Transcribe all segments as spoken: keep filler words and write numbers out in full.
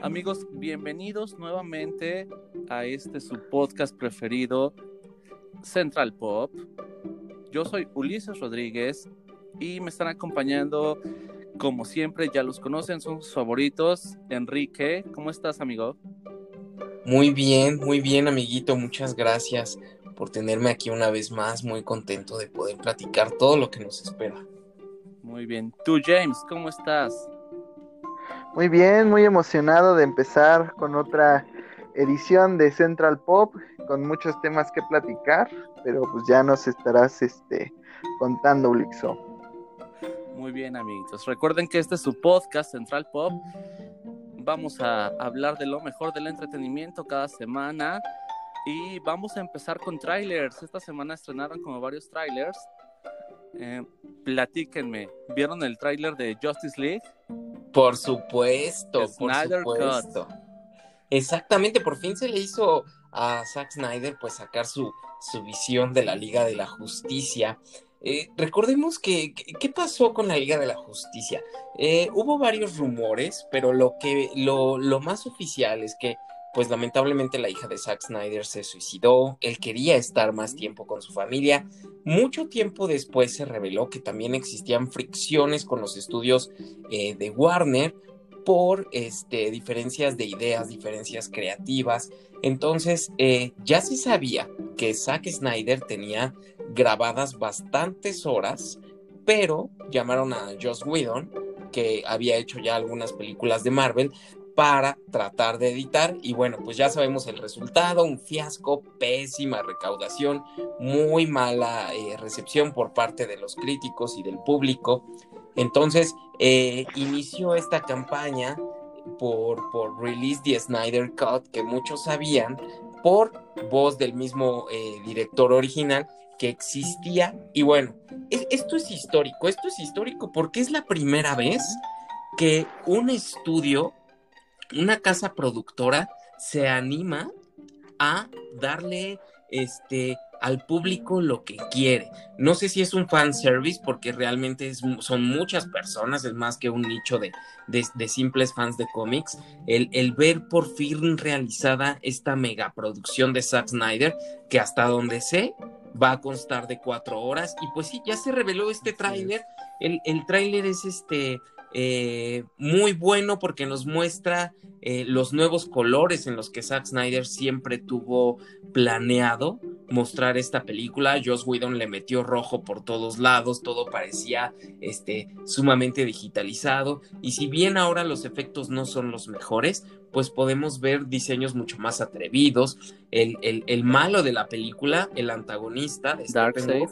Amigos, bienvenidos nuevamente a este su podcast preferido, Central Pop. Yo soy Ulises Rodríguez y me están acompañando, como siempre, ya los conocen, son sus favoritos. Enrique, ¿cómo estás, amigo? Muy bien, muy bien, amiguito. Muchas gracias por tenerme aquí una vez más. Muy contento de poder platicar todo lo que nos espera. Muy bien. Tú, James, ¿cómo estás? Muy bien, muy emocionado de empezar con otra edición de Central Pop, con muchos temas que platicar, pero pues ya nos estarás este, contando, Ulixo. Muy bien, amiguitos. Recuerden que este es su podcast, Central Pop. Vamos a hablar de lo mejor del entretenimiento cada semana y vamos a empezar con trailers. Esta semana estrenaron como varios trailers. Eh, platíquenme, ¿vieron el tráiler de Justice League? Por supuesto, Snyder por supuesto. Cut. Exactamente, por fin se le hizo a Zack Snyder pues sacar su, su visión de la Liga de la Justicia. Eh, recordemos que, que, ¿qué pasó con la Liga de la Justicia? Eh, hubo varios rumores, pero lo, que, lo, lo más oficial es que pues lamentablemente la hija de Zack Snyder se suicidó. Él quería estar más tiempo con su familia. Mucho tiempo después se reveló que también existían fricciones con los estudios eh, de Warner por este, diferencias de ideas, diferencias creativas. Entonces eh, ya se sabía que Zack Snyder tenía grabadas bastantes horas, pero llamaron a Joss Whedon, que había hecho ya algunas películas de Marvel, para tratar de editar, y bueno, pues ya sabemos el resultado, un fiasco, pésima recaudación, muy mala eh, recepción por parte de los críticos y del público. Entonces eh, inició esta campaña por, por Release the Snyder Cut, que muchos sabían, por voz del mismo eh, director original, que existía. Y bueno, esto es histórico, esto es histórico porque es la primera vez que un estudio, una casa productora, se anima a darle este al público lo que quiere. No sé si es un fanservice, porque realmente es, son muchas personas, es más que un nicho de, de, de simples fans de cómics, el, el ver por fin realizada esta megaproducción de Zack Snyder, que hasta donde sé va a constar de cuatro horas, y pues sí, ya se reveló este tráiler. El, el tráiler es este eh, muy bueno porque nos muestra eh, los nuevos colores en los que Zack Snyder siempre tuvo planeado mostrar esta película. Joss Whedon le metió rojo por todos lados, todo parecía este, sumamente digitalizado, y si bien ahora los efectos no son los mejores, pues podemos ver diseños mucho más atrevidos. El, el, el malo de la película, el antagonista de Darkseid.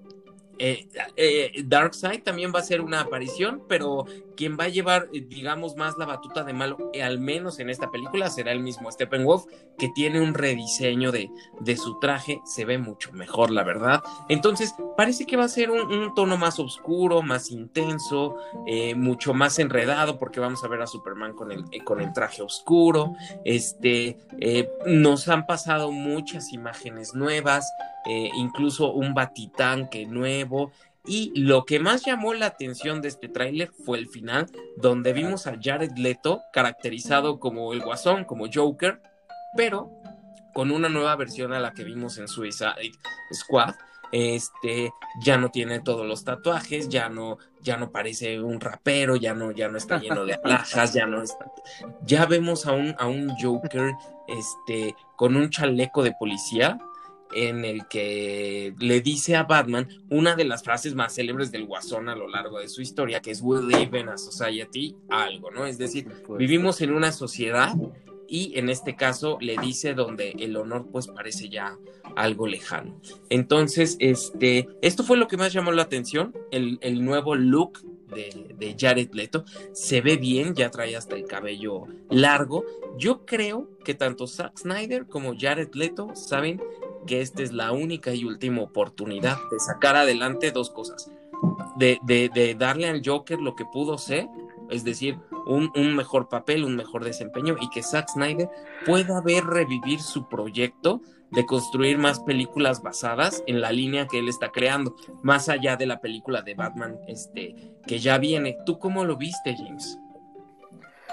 Eh, eh, Darkseid también va a ser una aparición, pero quien va a llevar, digamos, más la batuta de malo, eh, al menos en esta película, será el mismo Steppenwolf, que tiene un rediseño de, de su traje, se ve mucho mejor, la verdad. Entonces, parece que va a ser un, un tono más oscuro, más intenso, eh, mucho más enredado, porque vamos a ver a Superman con el, eh, con el traje oscuro. Este, eh, nos han pasado muchas imágenes nuevas, eh, incluso un batitanque nuevo. Y lo que más llamó la atención de este tráiler fue el final, donde vimos a Jared Leto caracterizado como el Guasón, como Joker, pero con una nueva versión a la que vimos en Suicide Squad. Este, ya no tiene todos los tatuajes, ya no, ya no parece un rapero, ya no, ya no está lleno de alhajas, ya no está, ya vemos a un, a un Joker, este, con un chaleco de policía, en el que le dice a Batman una de las frases más célebres del Guasón a lo largo de su historia, que es "We live in a society", algo, ¿no? Es decir, vivimos en una sociedad, y en este caso le dice donde el honor pues parece ya algo lejano. Entonces, este, esto fue lo que más llamó la atención, el, el nuevo look de, de Jared Leto. Se ve bien, ya trae hasta el cabello largo. Yo creo que tanto Zack Snyder como Jared Leto saben que esta es la única y última oportunidad de sacar adelante dos cosas, de, de, de darle al Joker lo que pudo ser, es decir, un, un mejor papel, un mejor desempeño, y que Zack Snyder pueda ver revivir su proyecto de construir más películas basadas en la línea que él está creando, más allá de la película de Batman este, que ya viene. ¿Tú cómo lo viste, James?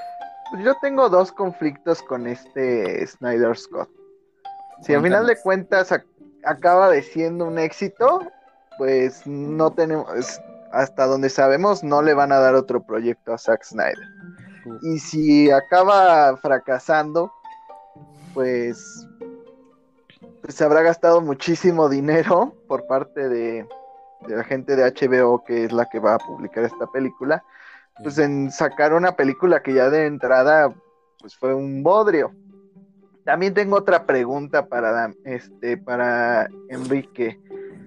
Pues yo tengo dos conflictos con este Snyder Scott. Si al final de Cuéntanos. cuentas ac- acaba de siendo un éxito, pues no tenemos, hasta donde sabemos, no le van a dar otro proyecto a Zack Snyder. Uh, Y si acaba fracasando, pues, pues se habrá gastado muchísimo dinero por parte de, de la gente de H B O, que es la que va a publicar esta película, pues en sacar una película que ya de entrada pues fue un bodrio. También tengo otra pregunta para este para Enrique.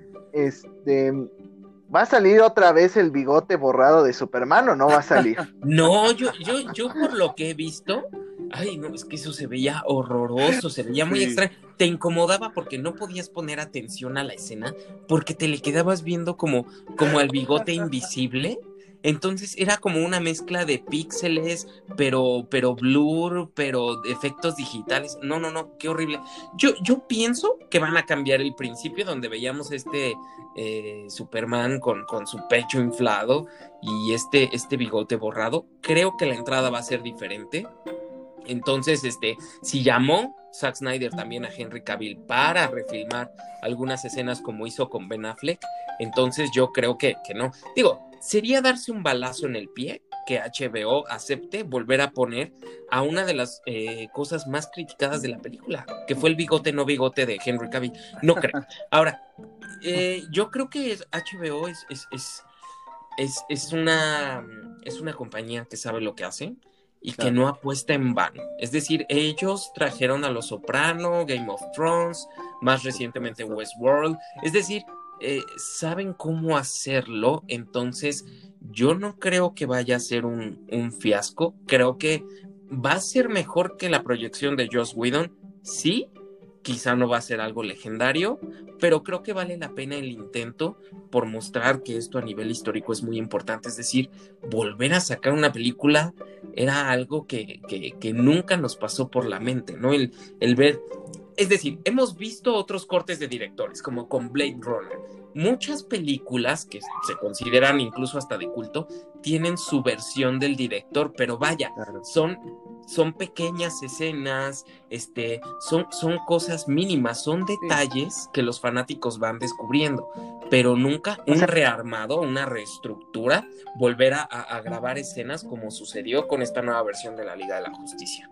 Este, ¿va a salir otra vez el bigote borrado de Superman o no va a salir? No, yo, yo, yo por lo que he visto, ay, no, es que eso se veía horroroso, se veía muy sí, extraño. Te incomodaba porque no podías poner atención a la escena, porque te le quedabas viendo como, como al bigote invisible. Entonces era como una mezcla de píxeles, pero, pero blur, pero efectos digitales. No, no, no, qué horrible. Yo, yo pienso que van a cambiar el principio donde veíamos este eh, Superman con, con su pecho inflado y este, este bigote borrado. Creo que la entrada va a ser diferente. Entonces, este, si llamó Zack Snyder también a Henry Cavill para refilmar algunas escenas como hizo con Ben Affleck, entonces yo creo que, que no. Digo, sería darse un balazo en el pie que H B O acepte volver a poner a una de las eh, cosas más criticadas de la película, que fue el bigote no bigote de Henry Cavill. No creo. Ahora, eh, yo creo que es, H B O es, es, es es, es, una, es una compañía que sabe lo que hace y que claro. no apuesta en vano. Es decir, ellos trajeron a Los Soprano, Game of Thrones, más recientemente Westworld. Es decir, eh, saben cómo hacerlo. Entonces, yo no creo que vaya a ser un, un fiasco. Creo que va a ser mejor que la proyección de Joss Whedon. Sí, quizá no va a ser algo legendario, pero creo que vale la pena el intento por mostrar que esto a nivel histórico es muy importante. Es decir, volver a sacar una película era algo que, que, que nunca nos pasó por la mente, ¿no? El, el ver, es decir, hemos visto otros cortes de directores, como con Blade Runner. Muchas películas que se consideran incluso hasta de culto tienen su versión del director, pero vaya, Claro. son, son pequeñas escenas, este, son, son cosas mínimas, son detalles sí. que los fanáticos van descubriendo, pero nunca un o sea, rearmado, una reestructura, volver a, a grabar escenas como sucedió con esta nueva versión de la Liga de la Justicia.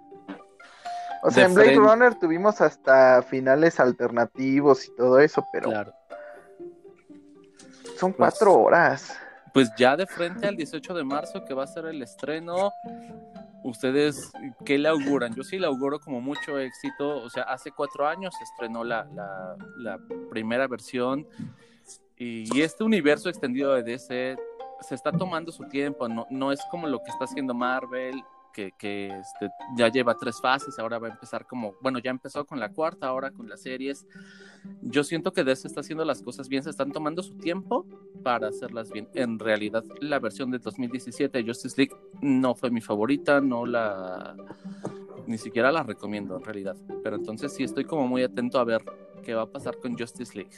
O sea, de en Blade frente... Runner tuvimos hasta finales alternativos y todo eso, pero claro. son cuatro pues, horas. Pues ya de frente al dieciocho de marzo, que va a ser el estreno, ¿ustedes qué le auguran? Yo sí le auguro como mucho éxito. O sea, hace cuatro años se estrenó la, la, la primera versión y este universo extendido de D C se está tomando su tiempo. No, no es como lo que está haciendo Marvel, que, que este, ya lleva tres fases, ahora va a empezar como, bueno, ya empezó con la cuarta, ahora con las series. Yo siento que D C está haciendo las cosas bien, se están tomando su tiempo para hacerlas bien. En realidad, la versión de dos mil diecisiete de Justice League no fue mi favorita, no la... ni siquiera la recomiendo en realidad. Pero entonces sí estoy como muy atento a ver qué va a pasar con Justice League.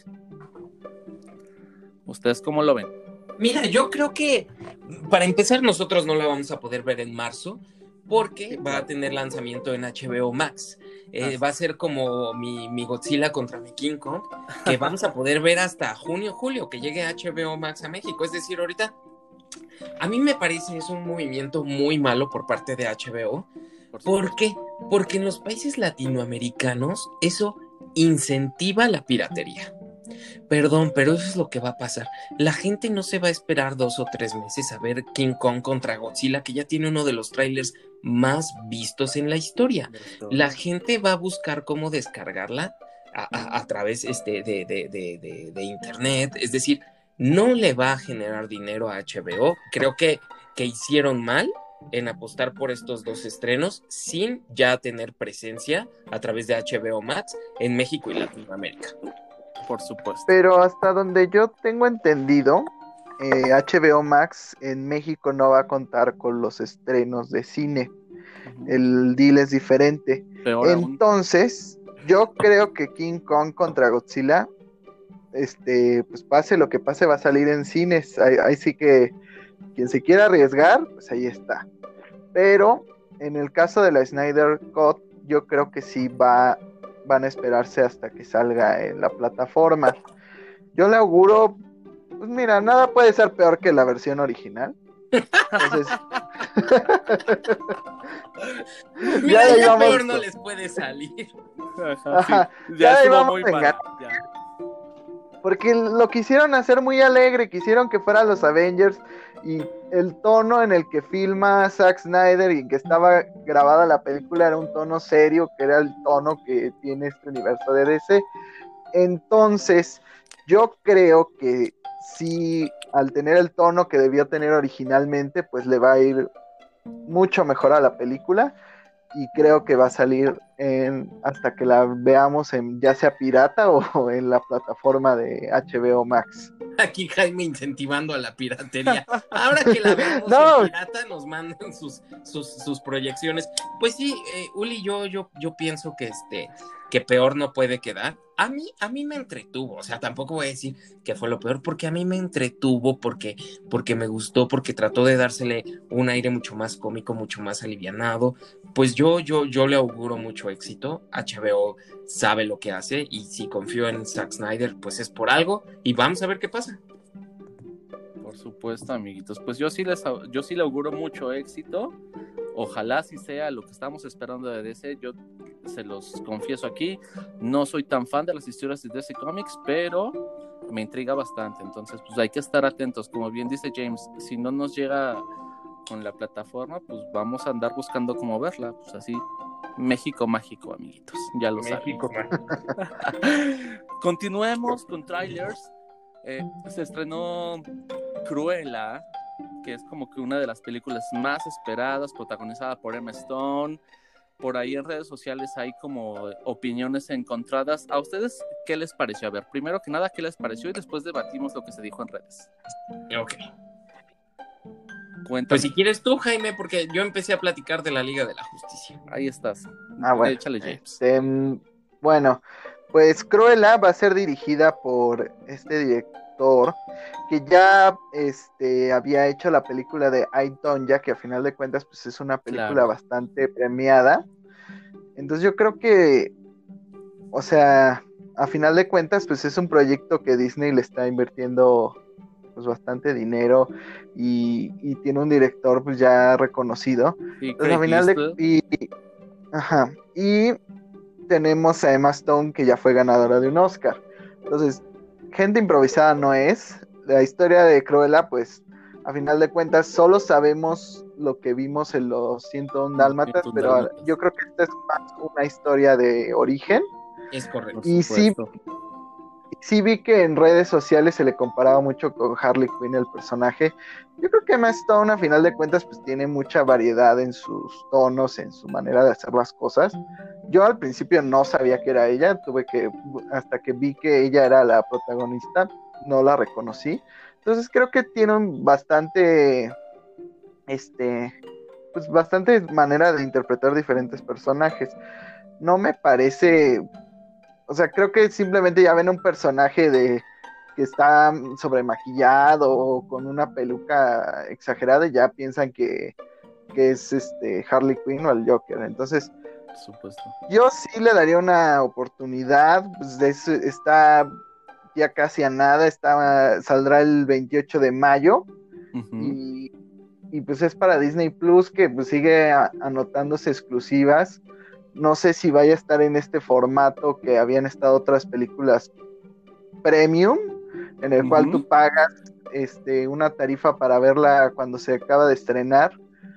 ¿Ustedes cómo lo ven? Mira, yo creo que para empezar nosotros no la vamos a poder ver en marzo porque va a tener lanzamiento en H B O Max. Eh, va a ser como mi, mi Godzilla contra mi King Kong, que vamos a poder ver hasta junio, julio, que llegue H B O Max a México. Es decir, ahorita, a mí me parece es un movimiento muy malo por parte de H B O. ¿Por, ¿Por qué? Porque en los países latinoamericanos eso incentiva la piratería. Perdón, pero eso es lo que va a pasar. La gente no se va a esperar dos o tres meses a ver King Kong contra Godzilla, que ya tiene uno de los trailers más vistos en la historia. La gente va a buscar cómo descargarla a, a, a través este, de, de, de, de, de internet. Es decir, no le va a generar dinero a H B O. Creo que, que hicieron mal en apostar por estos dos estrenos sin ya tener presencia a través de H B O Max en México y Latinoamérica. Por supuesto. Pero hasta donde yo tengo entendido, eh, H B O Max en México no va a contar con los estrenos de cine. Uh-huh. El deal es diferente. Peor Entonces, aún. Yo creo que King Kong contra Godzilla, este, pues pase lo que pase, va a salir en cines. Ahí, ahí sí que quien se quiera arriesgar, pues ahí está. Pero en el caso de la Snyder Cut, yo creo que sí va, van a esperarse hasta que salga en la plataforma. Yo le auguro, pues mira, nada puede ser peor que la versión original. Entonces, Mira, ya ya, íbamos- peor no les puede salir. Ajá, Ajá, sí. ya Ya estuvo íbamos muy a mal. engañar. Ya. porque lo quisieron hacer muy alegre, quisieron que fueran los Avengers y el tono en el que filma Zack Snyder y en que estaba grabada la película era un tono serio, que era el tono que tiene este universo de D C. Entonces, yo creo que sí, al tener el tono que debió tener originalmente, pues le va a ir mucho mejor a la película y creo que va a salir en, hasta que la veamos en ya sea pirata o en la plataforma de H B O Max. Aquí Jaime incentivando a la piratería. Ahora que la veamos No. en pirata, nos mandan sus, sus, sus proyecciones. Pues sí, eh, Uli, yo, yo, yo pienso que este, que peor no puede quedar. A mí, a mí me entretuvo, o sea, tampoco voy a decir que fue lo peor, porque a mí me entretuvo, porque, porque me gustó, porque trató de dársele un aire mucho más cómico, mucho más alivianado. Pues yo, yo, yo le auguro mucho éxito. H B O sabe lo que hace y si confío en Zack Snyder, pues es por algo y vamos a ver qué pasa. Por supuesto, amiguitos. Pues yo sí les au- yo sí le auguro mucho éxito. Ojalá sí sea lo que estamos esperando de D C. Yo se los confieso aquí, no soy tan fan de las historias de D C Comics, pero me intriga bastante. Entonces, pues hay que estar atentos. Como bien dice James, si no nos llega con la plataforma, pues vamos a andar buscando cómo verla. Pues así, México mágico, amiguitos. Ya lo México, saben. Continuemos con trailers. Eh, se estrenó Cruella, que es como que una de las películas más esperadas, protagonizada por Emma Stone. Por ahí en redes sociales hay como opiniones encontradas. ¿A ustedes qué les pareció? A ver, primero que nada, ¿qué les pareció? Y después debatimos lo que se dijo en redes. Ok. Cuéntame. Pues si quieres tú, Jaime, porque yo empecé a platicar de la Liga de la Justicia. Ahí estás. Ah, bueno. Échale, James. Este, mm, bueno, pues Cruella va a ser dirigida por este director que ya este, había hecho la película de I, Tonya, que a final de cuentas pues es una película Claro. bastante premiada. Entonces yo creo que, o sea, a final de cuentas pues es un proyecto que Disney le está invirtiendo pues bastante dinero y, y tiene un director pues ya reconocido. Y Entonces a Craig final de Eastwood. y, ajá, y tenemos a Emma Stone, que ya fue ganadora de un Oscar. Entonces, gente improvisada no es. La historia de Cruella, pues, a final de cuentas, solo sabemos lo que vimos en los ciento uno Dálmatas, ciento uno pero Dálmatas. yo creo que esta es más una historia de origen. Es correcto. Por Y sí, supuesto. sí vi que en redes sociales se le comparaba mucho con Harley Quinn, el personaje. Yo creo que Emma Stone, a final de cuentas, pues tiene mucha variedad en sus tonos, en su manera de hacer las cosas. Yo al principio no sabía que era ella, tuve que, hasta que vi que ella era la protagonista, no la reconocí. Entonces creo que tiene un bastante, este, pues bastante manera de interpretar diferentes personajes. No me parece, o sea, creo que simplemente ya ven un personaje de que está sobremaquillado o con una peluca exagerada y ya piensan que, que es este Harley Quinn o el Joker. Entonces, Por supuesto. yo sí le daría una oportunidad. Pues es, está ya casi a nada, está, saldrá el veintiocho de mayo. Uh-huh. y, y pues es para Disney Plus, que pues sigue a, anotándose exclusivas. No sé si vaya a estar en este formato que habían estado otras películas premium, en el uh-huh. cual tú pagas este, una tarifa para verla cuando se acaba de estrenar.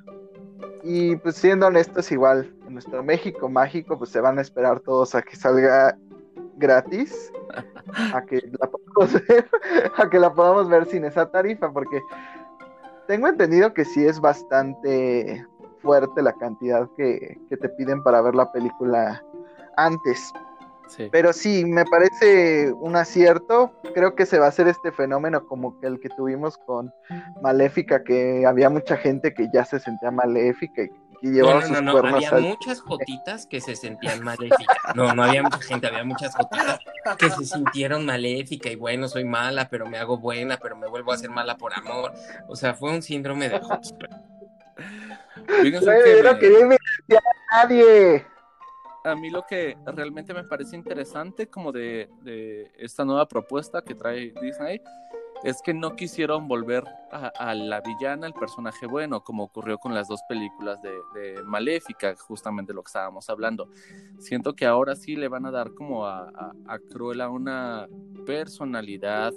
Y pues siendo honestos, igual en nuestro México mágico, pues se van a esperar todos a que salga gratis, a que la podamos ver, a que la podamos ver sin esa tarifa, porque tengo entendido que sí es bastante fuerte la cantidad que, que te piden para ver la película antes. Sí. Pero sí, me parece un acierto. Creo que se va a hacer este fenómeno como que el que tuvimos con Maléfica, que había mucha gente que ya se sentía maléfica y que llevaba no, no, sus no, no. cuernos. Había al... muchas jotitas que se sentían maléficas. No, no había mucha gente, había muchas jotitas que se sintieron maléfica y bueno, soy mala, pero me hago buena, pero me vuelvo a hacer mala por amor. O sea, fue un síndrome de Hotspur. Fíjense que Yo no me, quería evidenciar a nadie. a mí lo que realmente me parece interesante como de, de esta nueva propuesta que trae Disney es que no quisieron volver a, a la villana, al personaje bueno, como ocurrió con las dos películas de, de Maléfica, justamente lo que estábamos hablando. Siento que ahora sí le van a dar como a, a, a Cruella una personalidad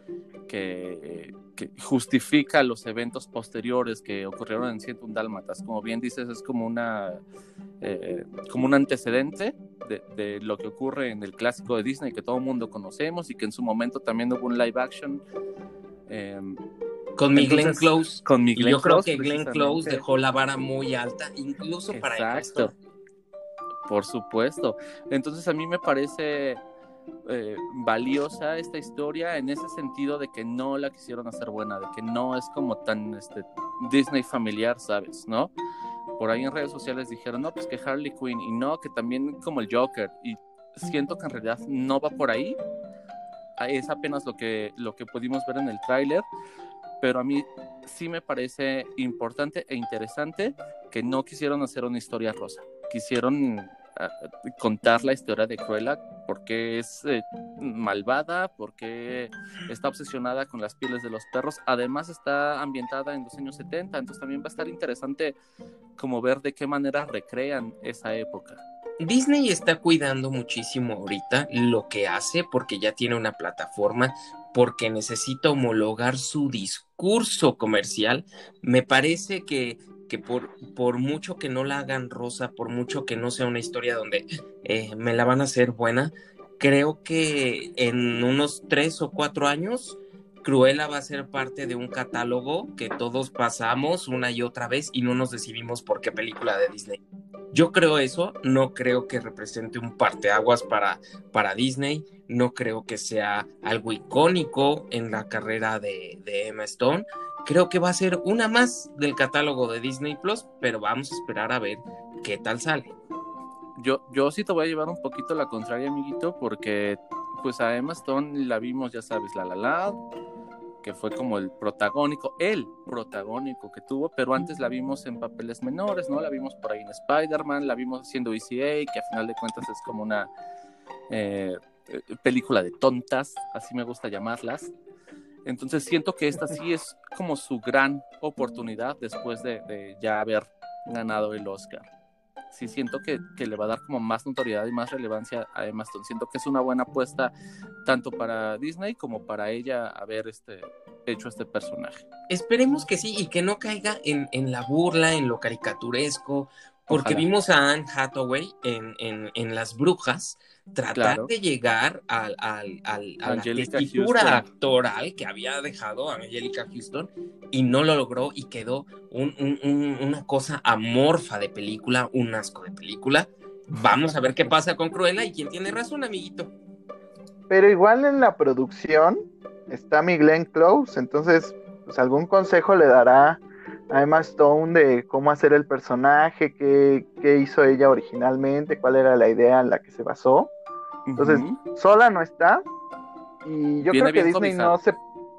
que, que justifica los eventos posteriores que ocurrieron en ciento uno Dálmatas. Como bien dices, es como una eh, como un antecedente de, de lo que ocurre en el clásico de Disney que todo el mundo conocemos y que en su momento también hubo un live action eh, Con mi Glenn entonces Close. con mi Y Glenn yo creo Close que Glenn Close precisamente. dejó la vara muy alta, incluso para Emma Exacto, Stone. por supuesto. Entonces a mí me parece eh, valiosa esta historia en ese sentido de que no la quisieron hacer buena, de que no es como tan este, Disney familiar, ¿sabes? ¿No? Por ahí en redes sociales dijeron, no, pues que Harley Quinn, y no, que también como el Joker, y siento que en realidad no va por ahí, es apenas lo que, lo que pudimos ver en el tráiler, pero a mí sí me parece importante e interesante que no quisieron hacer una historia rosa, quisieron uh, contar la historia de Cruella porque es eh, malvada, porque está obsesionada con las pieles de los perros, además está ambientada en los años setenta, entonces también va a estar interesante como ver de qué manera recrean esa época. Disney está cuidando muchísimo ahorita lo que hace porque ya tiene una plataforma, porque necesita homologar su discurso comercial. Me parece que, que por, por mucho que no la hagan rosa, por mucho que no sea una historia donde eh, me la van a hacer buena, creo que en unos tres o cuatro años Cruella va a ser parte de un catálogo que todos pasamos una y otra vez y no nos decidimos por qué película de Disney. Yo creo eso, no creo que represente un parteaguas para, para Disney, no creo que sea algo icónico en la carrera de, de Emma Stone. Creo que va a ser una más del catálogo de Disney Plus, pero vamos a esperar a ver qué tal sale. Yo, yo sí te voy a llevar un poquito la contraria, amiguito, porque pues a Emma Stone la vimos, ya sabes, La La La, que fue como el protagónico, el protagónico que tuvo, pero antes la vimos en papeles menores, ¿no? La vimos por ahí en Spider-Man, la vimos haciendo E C A, que a final de cuentas es como una eh, película de tontas, así me gusta llamarlas. Entonces siento que esta sí es como su gran oportunidad después de, de ya haber ganado el Oscar. Sí siento que, que le va a dar como más notoriedad y más relevancia a Emma Stone. Siento que es una buena apuesta tanto para Disney como para ella haber este, hecho este personaje. Esperemos que sí y que no caiga en, en la burla, en lo caricaturesco, porque Ojalá. vimos a Anne Hathaway en, en, en Las Brujas tratar Claro. de llegar al, al, al, a la Angelica tesitura Houston. actoral que había dejado a Angelica Houston y no lo logró y quedó un, un, un, una cosa amorfa de película, un asco de película. Vamos a ver qué pasa con Cruella y quién tiene razón, amiguito. Pero igual en la producción está mi Glenn Close, entonces pues algún consejo le dará a Emma Stone de cómo hacer el personaje, qué, qué hizo ella originalmente, cuál era la idea en la que se basó. Entonces, uh-huh. sola no está, y yo Viene creo que bien Disney cobijada. no se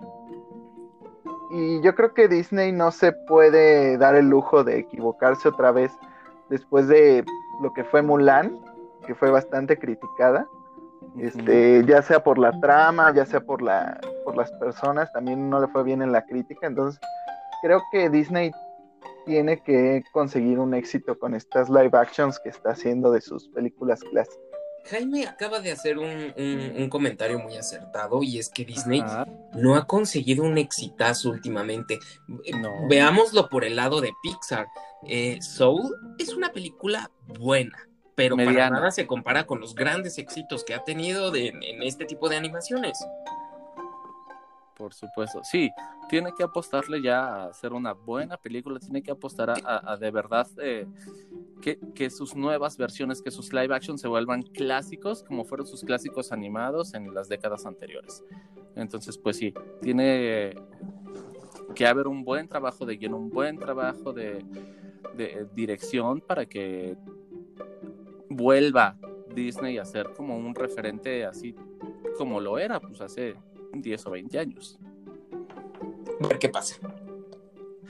y yo creo que Disney no se puede dar el lujo de equivocarse otra vez después de lo que fue Mulan, que fue bastante criticada. Este, uh-huh. Ya sea por la trama, ya sea por la por las personas, también no le fue bien en la crítica, entonces creo que Disney tiene que conseguir un éxito con estas live actions que está haciendo de sus películas clásicas. Jaime acaba de hacer un, un, un comentario muy acertado y es que Disney Ajá. no ha conseguido un exitazo últimamente. No. Veámoslo por el lado de Pixar. Eh, Soul es una película buena, pero mediana. Para nada se compara con los grandes éxitos que ha tenido de, en este tipo de animaciones. Por supuesto, sí, tiene que apostarle ya a hacer una buena película, tiene que apostar a, a, a de verdad eh, que, que sus nuevas versiones, que sus live action se vuelvan clásicos como fueron sus clásicos animados en las décadas anteriores. Entonces, pues sí, tiene que haber un buen trabajo de guión, un buen trabajo de, de dirección para que vuelva Disney a ser como un referente así como lo era pues hace diez o veinte años. A ver qué pasa.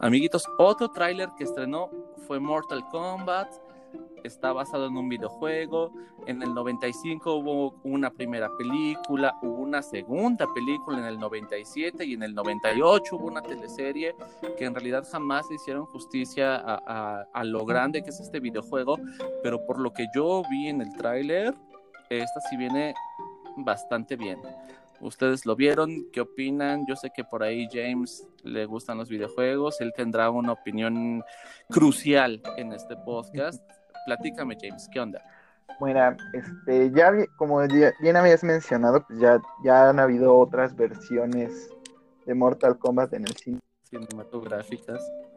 Amiguitos, otro tráiler que estrenó fue Mortal Kombat. Está basado en un videojuego. En el noventa y cinco hubo una primera película, hubo una segunda película en el noventa y siete y en el noventa y ocho hubo una teleserie que en realidad jamás le hicieron justicia a, a, a lo grande que es este videojuego, pero por lo que yo vi en el tráiler, esta sí viene bastante bien. ¿Ustedes lo vieron? ¿Qué opinan? Yo sé que por ahí James le gustan los videojuegos, él tendrá una opinión crucial en este podcast. Platícame, James, ¿qué onda? Bueno, este, ya vi- como ya- bien habías mencionado, pues ya, ya han habido otras versiones de Mortal Kombat en el cine, Cinematográficas.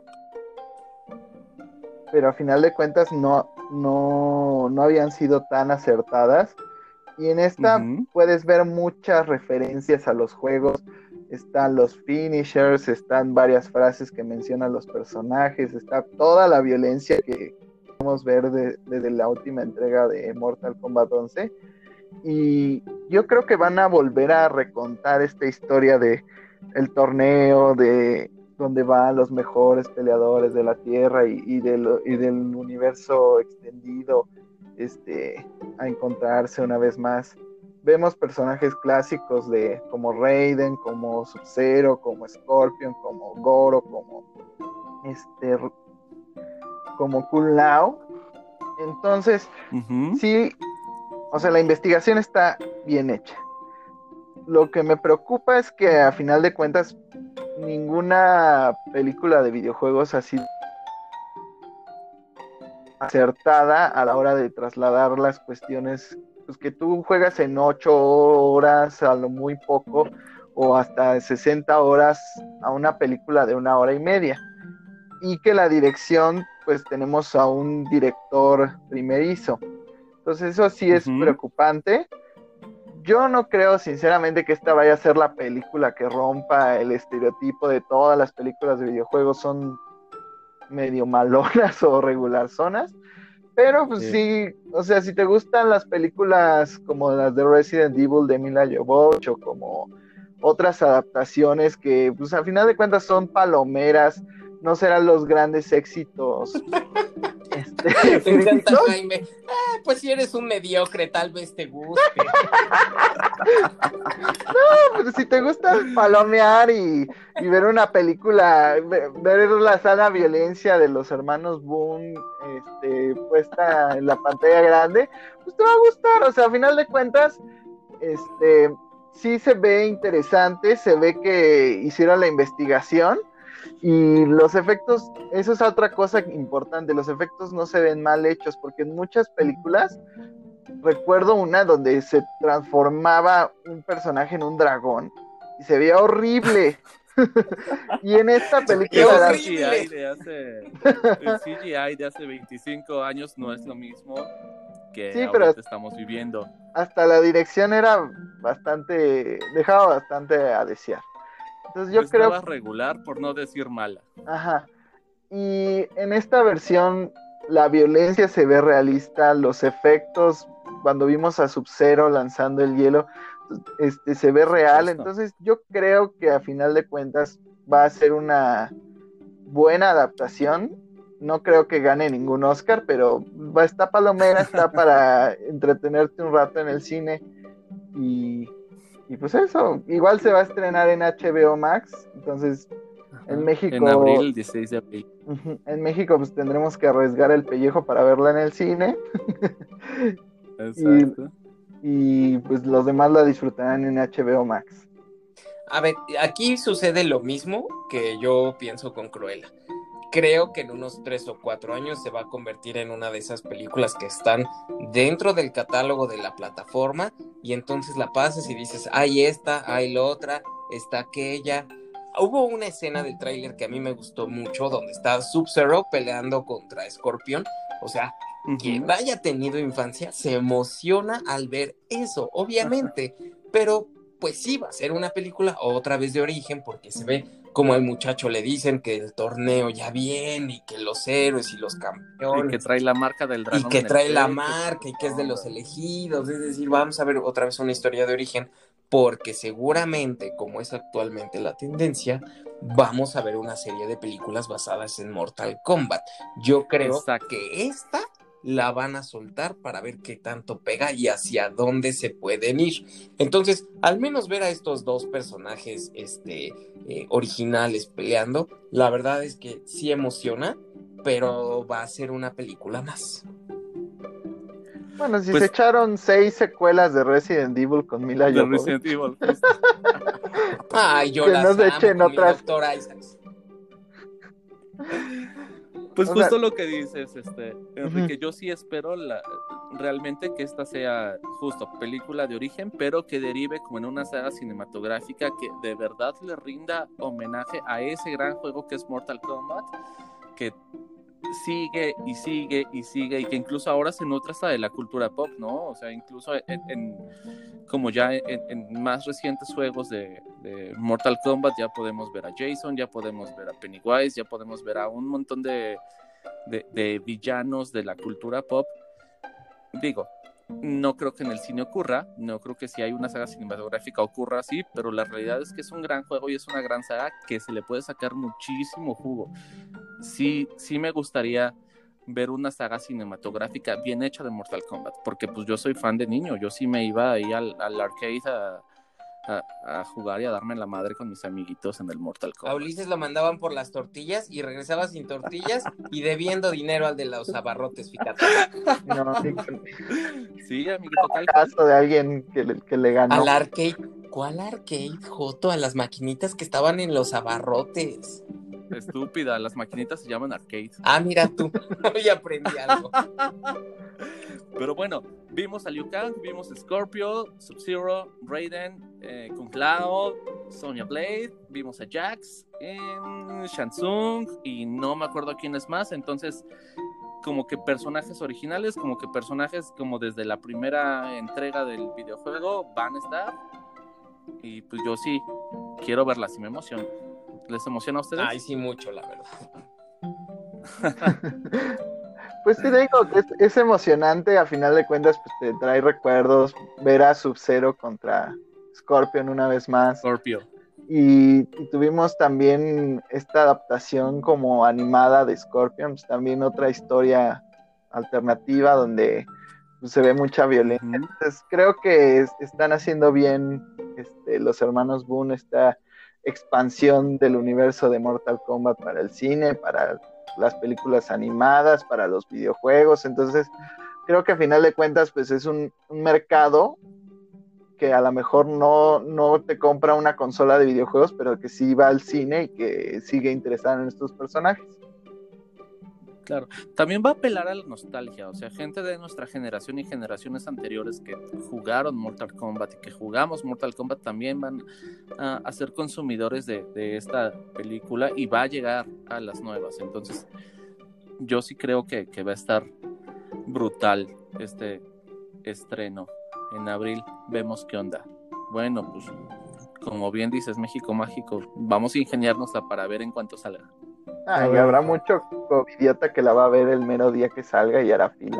pero a final de cuentas no, no, no habían sido tan acertadas. Y en esta Uh-huh. puedes ver muchas referencias a los juegos. Están los finishers, están varias frases que mencionan los personajes, está toda la violencia que podemos ver de, desde la última entrega de Mortal Kombat once. Y yo creo que van a volver a recontar esta historia de el torneo, de donde van los mejores peleadores de la Tierra y, y, del, y del universo extendido, este, a encontrarse una vez más. Vemos personajes clásicos de como Raiden, como Sub-Zero, como Scorpion, como Goro, como este, como Kung Lao. Entonces, Uh-huh. sí, o sea, la investigación está bien hecha. Lo que me preocupa es que a final de cuentas ninguna película de videojuegos ha sido acertada a la hora de trasladar las cuestiones, pues que tú juegas en ocho horas a lo muy poco o hasta sesenta horas a una película de una hora y media, y que la dirección, pues tenemos a un director primerizo. Entonces eso sí es Uh-huh. preocupante. Yo no creo sinceramente que esta vaya a ser la película que rompa el estereotipo de todas las películas de videojuegos son medio malonas o regularzonas, pero pues sí. sí, o sea, si te gustan las películas como las de Resident Evil de Mila Jovovich o como otras adaptaciones que pues al final de cuentas son palomeras, no serán los grandes éxitos este, Te encanta, críticos. Jaime. Ah, pues si eres un mediocre, tal vez te guste. No, pues si te gusta palomear y, y ver una película, ver, ver la sana violencia de los hermanos Boone este, puesta en la pantalla grande, pues te va a gustar. O sea, a final de cuentas, este, sí se ve interesante, se ve que hicieron la investigación. Y los efectos, eso es otra cosa importante, los efectos no se ven mal hechos, porque en muchas películas, recuerdo una donde se transformaba un personaje en un dragón y se veía horrible. Y en esta película ¡Qué era... El C G I de hace el C G I de hace veinticinco años no es lo mismo que Sí, ahorita pero estamos viviendo. hasta la dirección era bastante, dejaba bastante a desear. Entonces yo Estaba creo, regular, por no decir mala. ajá, y en esta versión la violencia se ve realista, los efectos, cuando vimos a Sub-Zero lanzando el hielo, este, se ve real, Supuesto. entonces yo creo que a final de cuentas va a ser una buena adaptación. No creo que gane ningún Oscar, pero va, está palomera, está para entretenerte un rato en el cine y, y pues eso, igual se va a estrenar en H B O Max, entonces en Ajá. México, En abril, el dieciséis de abril. uh-huh, en México pues tendremos que arriesgar el pellejo para verla en el cine. y, Exacto. y pues los demás la disfrutarán en H B O Max. A ver, aquí sucede lo mismo que yo pienso con Cruella. Creo que en unos tres o cuatro años se va a convertir en una de esas películas que están dentro del catálogo de la plataforma y entonces la pasas y dices, hay esta, hay la otra, está aquella. Hubo una escena del tráiler que a mí me gustó mucho donde está Sub-Zero peleando contra Scorpion. O sea, Uh-huh. quien haya tenido infancia se emociona al ver eso, obviamente, pero pues sí va a ser una película otra vez de origen porque se ve como al muchacho le dicen que el torneo ya viene y que los héroes y los Y campeones. que trae la marca del Y dragón. que en el trae la pecho. marca y que es de los elegidos. Es decir, vamos a ver otra vez una historia de origen, porque seguramente, como es actualmente la tendencia, vamos a ver una serie de películas basadas en Mortal Kombat. Yo creo Exacto. que esta la van a soltar para ver qué tanto pega y hacia dónde se pueden ir. Entonces, al menos ver a estos dos personajes este, eh, originales peleando, la verdad es que sí emociona, pero va a ser una película más. Bueno, si Pues- se echaron seis secuelas de Resident Evil con Mila De Jovovich, Resident Evil, justo. Ay, yo que las no se amo echen con mi otras. doctor Isaacs. Pues O justo sea- lo que dices, este, Enrique, yo sí espero la, realmente que esta sea justo película de origen, pero que derive como en una saga cinematográfica que de verdad le rinda homenaje a ese gran juego que es Mortal Kombat, que sigue y sigue y sigue y que incluso ahora se nutre hasta de la cultura pop, ¿no? O sea, incluso en, en como ya en, en más recientes juegos de, de Mortal Kombat ya podemos ver a Jason, ya podemos ver a Pennywise, ya podemos ver a un montón de, de, de villanos de la cultura pop. Digo, no creo que en el cine ocurra, no creo que si hay una saga cinematográfica ocurra así, pero la realidad es que es un gran juego y es una gran saga que se le puede sacar muchísimo jugo. Sí, sí me gustaría ver una saga cinematográfica bien hecha de Mortal Kombat, porque pues yo soy fan de niño, yo sí me iba ahí al, al arcade a, a, a jugar y a darme la madre con mis amiguitos en el Mortal A Kombat. Ulises lo mandaban por las tortillas y regresaba sin tortillas y debiendo dinero al de los abarrotes, fíjate. No, ni con Sí, amiguito, tal cual. caso de alguien que le, que le ganó. Al arcade. ¿Cuál arcade, Joto? A las maquinitas que estaban en los abarrotes. Estúpida, las maquinitas se llaman arcade. Ah, mira tú, hoy aprendí algo. Pero bueno, vimos a Liu Kang, vimos a Scorpio, Sub-Zero, Raiden, eh, Kung Lao, Sonya Blade, vimos a Jax, eh, Shang Tsung y no me acuerdo quién es más. Entonces, como que personajes originales, como que personajes como desde la primera entrega del videojuego van a estar. Y pues yo sí quiero verlas y me emociona. ¿Les emociona a ustedes? Ay, sí, mucho, la verdad. Pues te digo que es, es emocionante, a final de cuentas pues te trae recuerdos, ver a Sub-Zero contra Scorpion una vez más. Scorpio. Y, y tuvimos también esta adaptación como animada de Scorpion, pues también otra historia alternativa donde pues, se ve mucha violencia. Uh-huh. Entonces creo que es, están haciendo bien este, los hermanos Boone esta expansión del universo de Mortal Kombat para el cine, para las películas animadas, para los videojuegos. Entonces creo que a final de cuentas pues es un, un mercado que a lo mejor no, no te compra una consola de videojuegos, pero que sí va al cine y que sigue interesado en estos personajes. Claro, también va a apelar a la nostalgia, o sea, gente de nuestra generación y generaciones anteriores que jugaron Mortal Kombat y que jugamos Mortal Kombat también van a, a ser consumidores de, de esta película y va a llegar a las nuevas. Entonces, yo sí creo que, que va a estar brutal este estreno. En abril vemos qué onda. Bueno, pues como bien dices, México mágico, vamos a ingeniárnosla para ver en cuánto salga. Ah, y habrá mucho covidiota que la va a ver el mero día que salga y hará fila.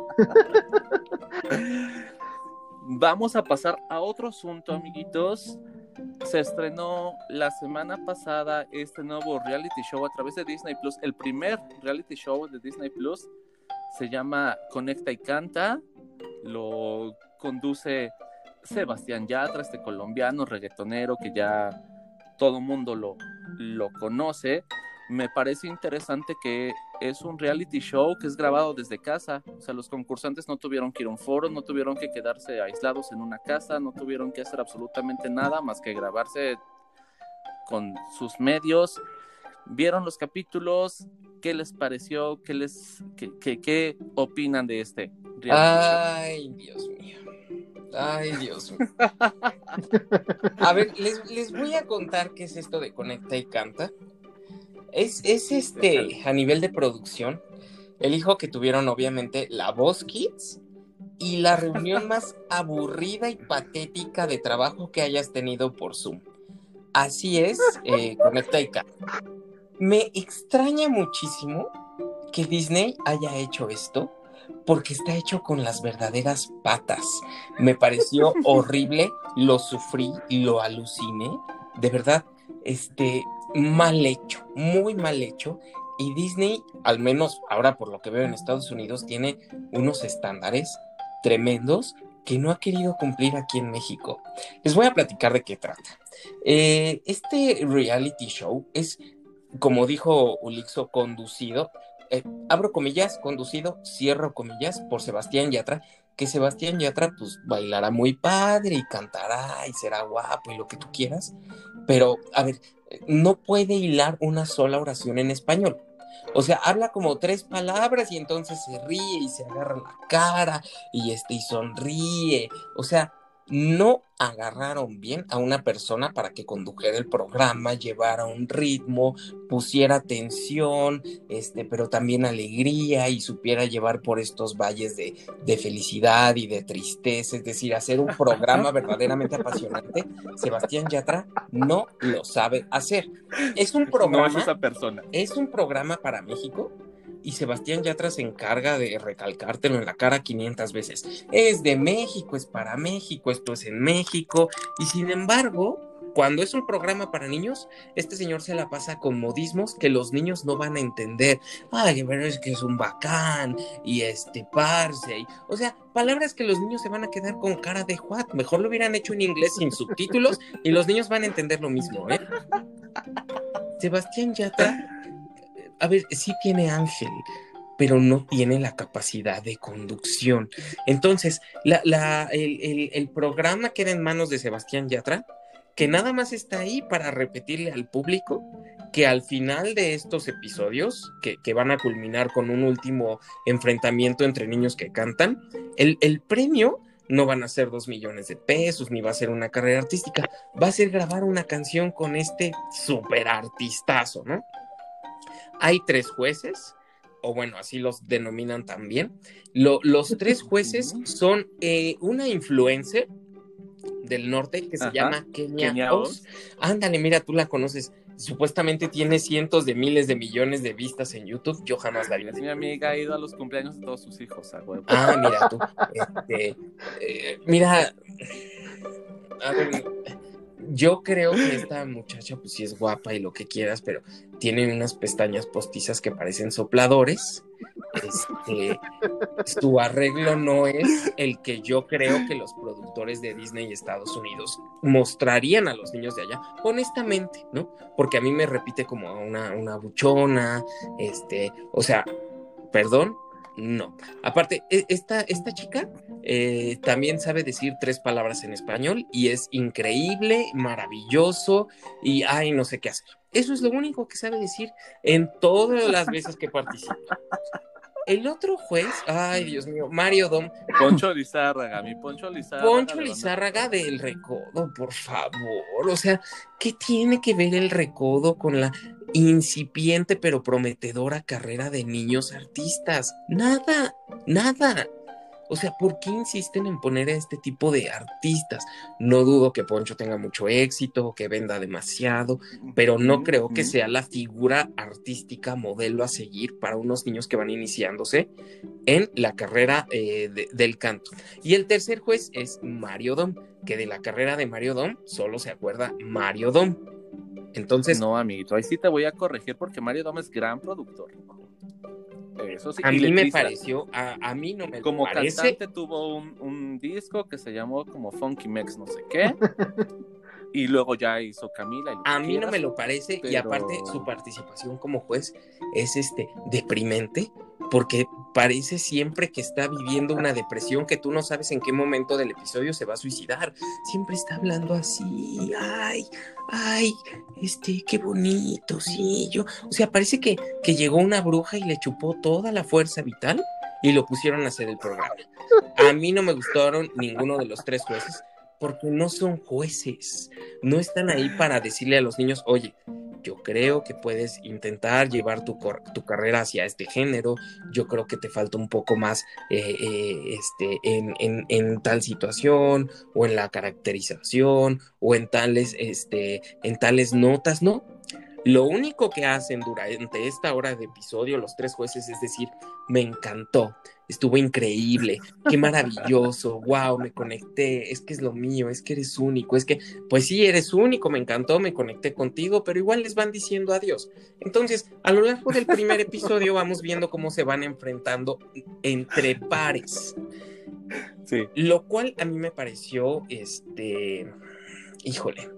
Vamos a pasar a otro asunto, amiguitos. Se estrenó la semana pasada este nuevo reality show a través de Disney Plus. El primer reality show de Disney Plus se llama Conecta y Canta. Lo conduce Sebastián Yatra, este colombiano reggaetonero que ya todo mundo lo, lo conoce. Me parece interesante que es un reality show que es grabado desde casa. O sea, los concursantes no tuvieron que ir a un foro, no tuvieron que quedarse aislados en una casa, no tuvieron que hacer absolutamente nada más que grabarse con sus medios. ¿Vieron los capítulos? ¿Qué les pareció? ¿Qué, les, qué, qué, qué opinan de este reality show? Ay, Dios mío. Ay, Dios mío. A ver, les, les voy a contar qué es esto de Conecta y Canta. Es, es este, a nivel de producción, el hijo que tuvieron obviamente La Voz Kids y la reunión más aburrida y patética de trabajo que hayas tenido por Zoom. Así es, eh, Conecta y Canta. Me extraña muchísimo que Disney haya hecho esto, porque está hecho con las verdaderas patas. Me pareció horrible, lo sufrí, lo aluciné, de verdad, este, mal hecho, muy mal hecho. Y Disney, al menos ahora por lo que veo en Estados Unidos, tiene unos estándares tremendos que no ha querido cumplir aquí en México. Les voy a platicar de qué trata. Eh, este reality show es, como dijo Ulixo, conducido, eh, abro comillas, conducido, cierro comillas, por Sebastián Yatra, que Sebastián Yatra pues bailará muy padre y cantará y será guapo y lo que tú quieras, pero a ver, no puede hilar una sola oración en español. O sea, habla como tres palabras y entonces se ríe y se agarra la cara y, este, y sonríe. O sea, no agarraron bien a una persona para que condujera el programa, llevara un ritmo, pusiera atención, este, pero también alegría y supiera llevar por estos valles de, de felicidad y de tristeza, es decir, hacer un programa verdaderamente apasionante. Sebastián Yatra no lo sabe hacer. Es un programa, no es esa persona. Es un programa para México. Y Sebastián Yatra se encarga de recalcártelo en la cara quinientas veces. Es de México, es para México, esto es en México. Y sin embargo, cuando es un programa para niños, este señor se la pasa con modismos que los niños no van a entender. Ay, pero es que es un bacán, y este parce. Y, o sea, palabras que los niños se van a quedar con cara de what. Mejor lo hubieran hecho en inglés sin subtítulos y los niños van a entender lo mismo, ¿eh? Sebastián Yatra, a ver, sí tiene ángel, pero no tiene la capacidad de conducción. Entonces, la, la, el, el, el programa queda en manos de Sebastián Yatra, que nada más está ahí para repetirle al público que al final de estos episodios, que, que van a culminar con un último enfrentamiento entre niños que cantan, el, el premio no van a ser dos millones de pesos, ni va a ser una carrera artística, va a ser grabar una canción con este súper artistazo, ¿no? Hay tres jueces, o bueno, así los denominan también. Lo, los tres jueces son eh, una influencer del norte que se Ajá. llama Kenia, Kenia Oz. Ándale, mira, tú la conoces. Supuestamente tiene cientos de miles de millones de vistas en YouTube. Yo jamás la vi. Mi amiga ha ido a los cumpleaños de todos sus hijos. ¿A huevo? Ah, mira tú. Este, eh, mira, a ver, yo creo que esta muchacha pues sí es guapa y lo que quieras, pero tiene unas pestañas postizas que parecen sopladores. Este, su arreglo no es el que yo creo que los productores de Disney y Estados Unidos mostrarían a los niños de allá, honestamente, ¿no? Porque a mí me repite como una, una buchona, este, o sea, perdón, no. Aparte, esta, esta chica eh, también sabe decir tres palabras en español y es increíble, maravilloso y ay, no sé qué hacer. Eso es lo único que sabe decir en todas las veces que participa. El otro juez, ay Dios mío, Mario Dom. Poncho Lizárraga, mi Poncho Lizárraga. Poncho Lizárraga del Recodo, por favor. O sea, ¿qué tiene que ver el Recodo con la incipiente pero prometedora carrera de niños artistas? Nada, nada. O sea, ¿por qué insisten en poner a este tipo de artistas? No dudo que Poncho tenga mucho éxito, que venda demasiado, pero no creo que sea la figura artística modelo a seguir para unos niños que van iniciándose en la carrera eh, de, del canto. Y el tercer juez es Mario Dom, que de la carrera de Mario Dom solo se acuerda Mario Dom. Entonces... No, amiguito, ahí sí te voy a corregir porque Mario Dom es gran productor. Eso sí, a mí me pareció, a, a mí no me como parece. Cantante tuvo un, un disco que se llamó como Funky Mex no sé qué y luego ya hizo Camila y lo a que mí quieras, no me lo parece pero... y aparte su participación como juez es este deprimente porque parece siempre que está viviendo una depresión que tú no sabes en qué momento del episodio se va a suicidar, siempre está hablando así, ay, ay, este, qué bonito, sí, yo, o sea, parece que, que llegó una bruja y le chupó toda la fuerza vital y lo pusieron a hacer el programa. A mí no me gustaron ninguno de los tres jueces porque no son jueces, no están ahí para decirle a los niños, oye, yo creo que puedes intentar llevar tu, cor- tu carrera hacia este género, yo creo que te falta un poco más eh, eh, este, en, en, en tal situación, o en la caracterización, o en tales, este, en tales notas, ¿no? Lo único que hacen durante esta hora de episodio los tres jueces es decir, me encantó, estuvo increíble, qué maravilloso, wow, me conecté, es que es lo mío, es que eres único, es que, pues sí, eres único, me encantó, me conecté contigo, pero igual les van diciendo adiós. Entonces, a lo largo del primer episodio vamos viendo cómo se van enfrentando entre pares. Sí. Lo cual a mí me pareció, este, híjole,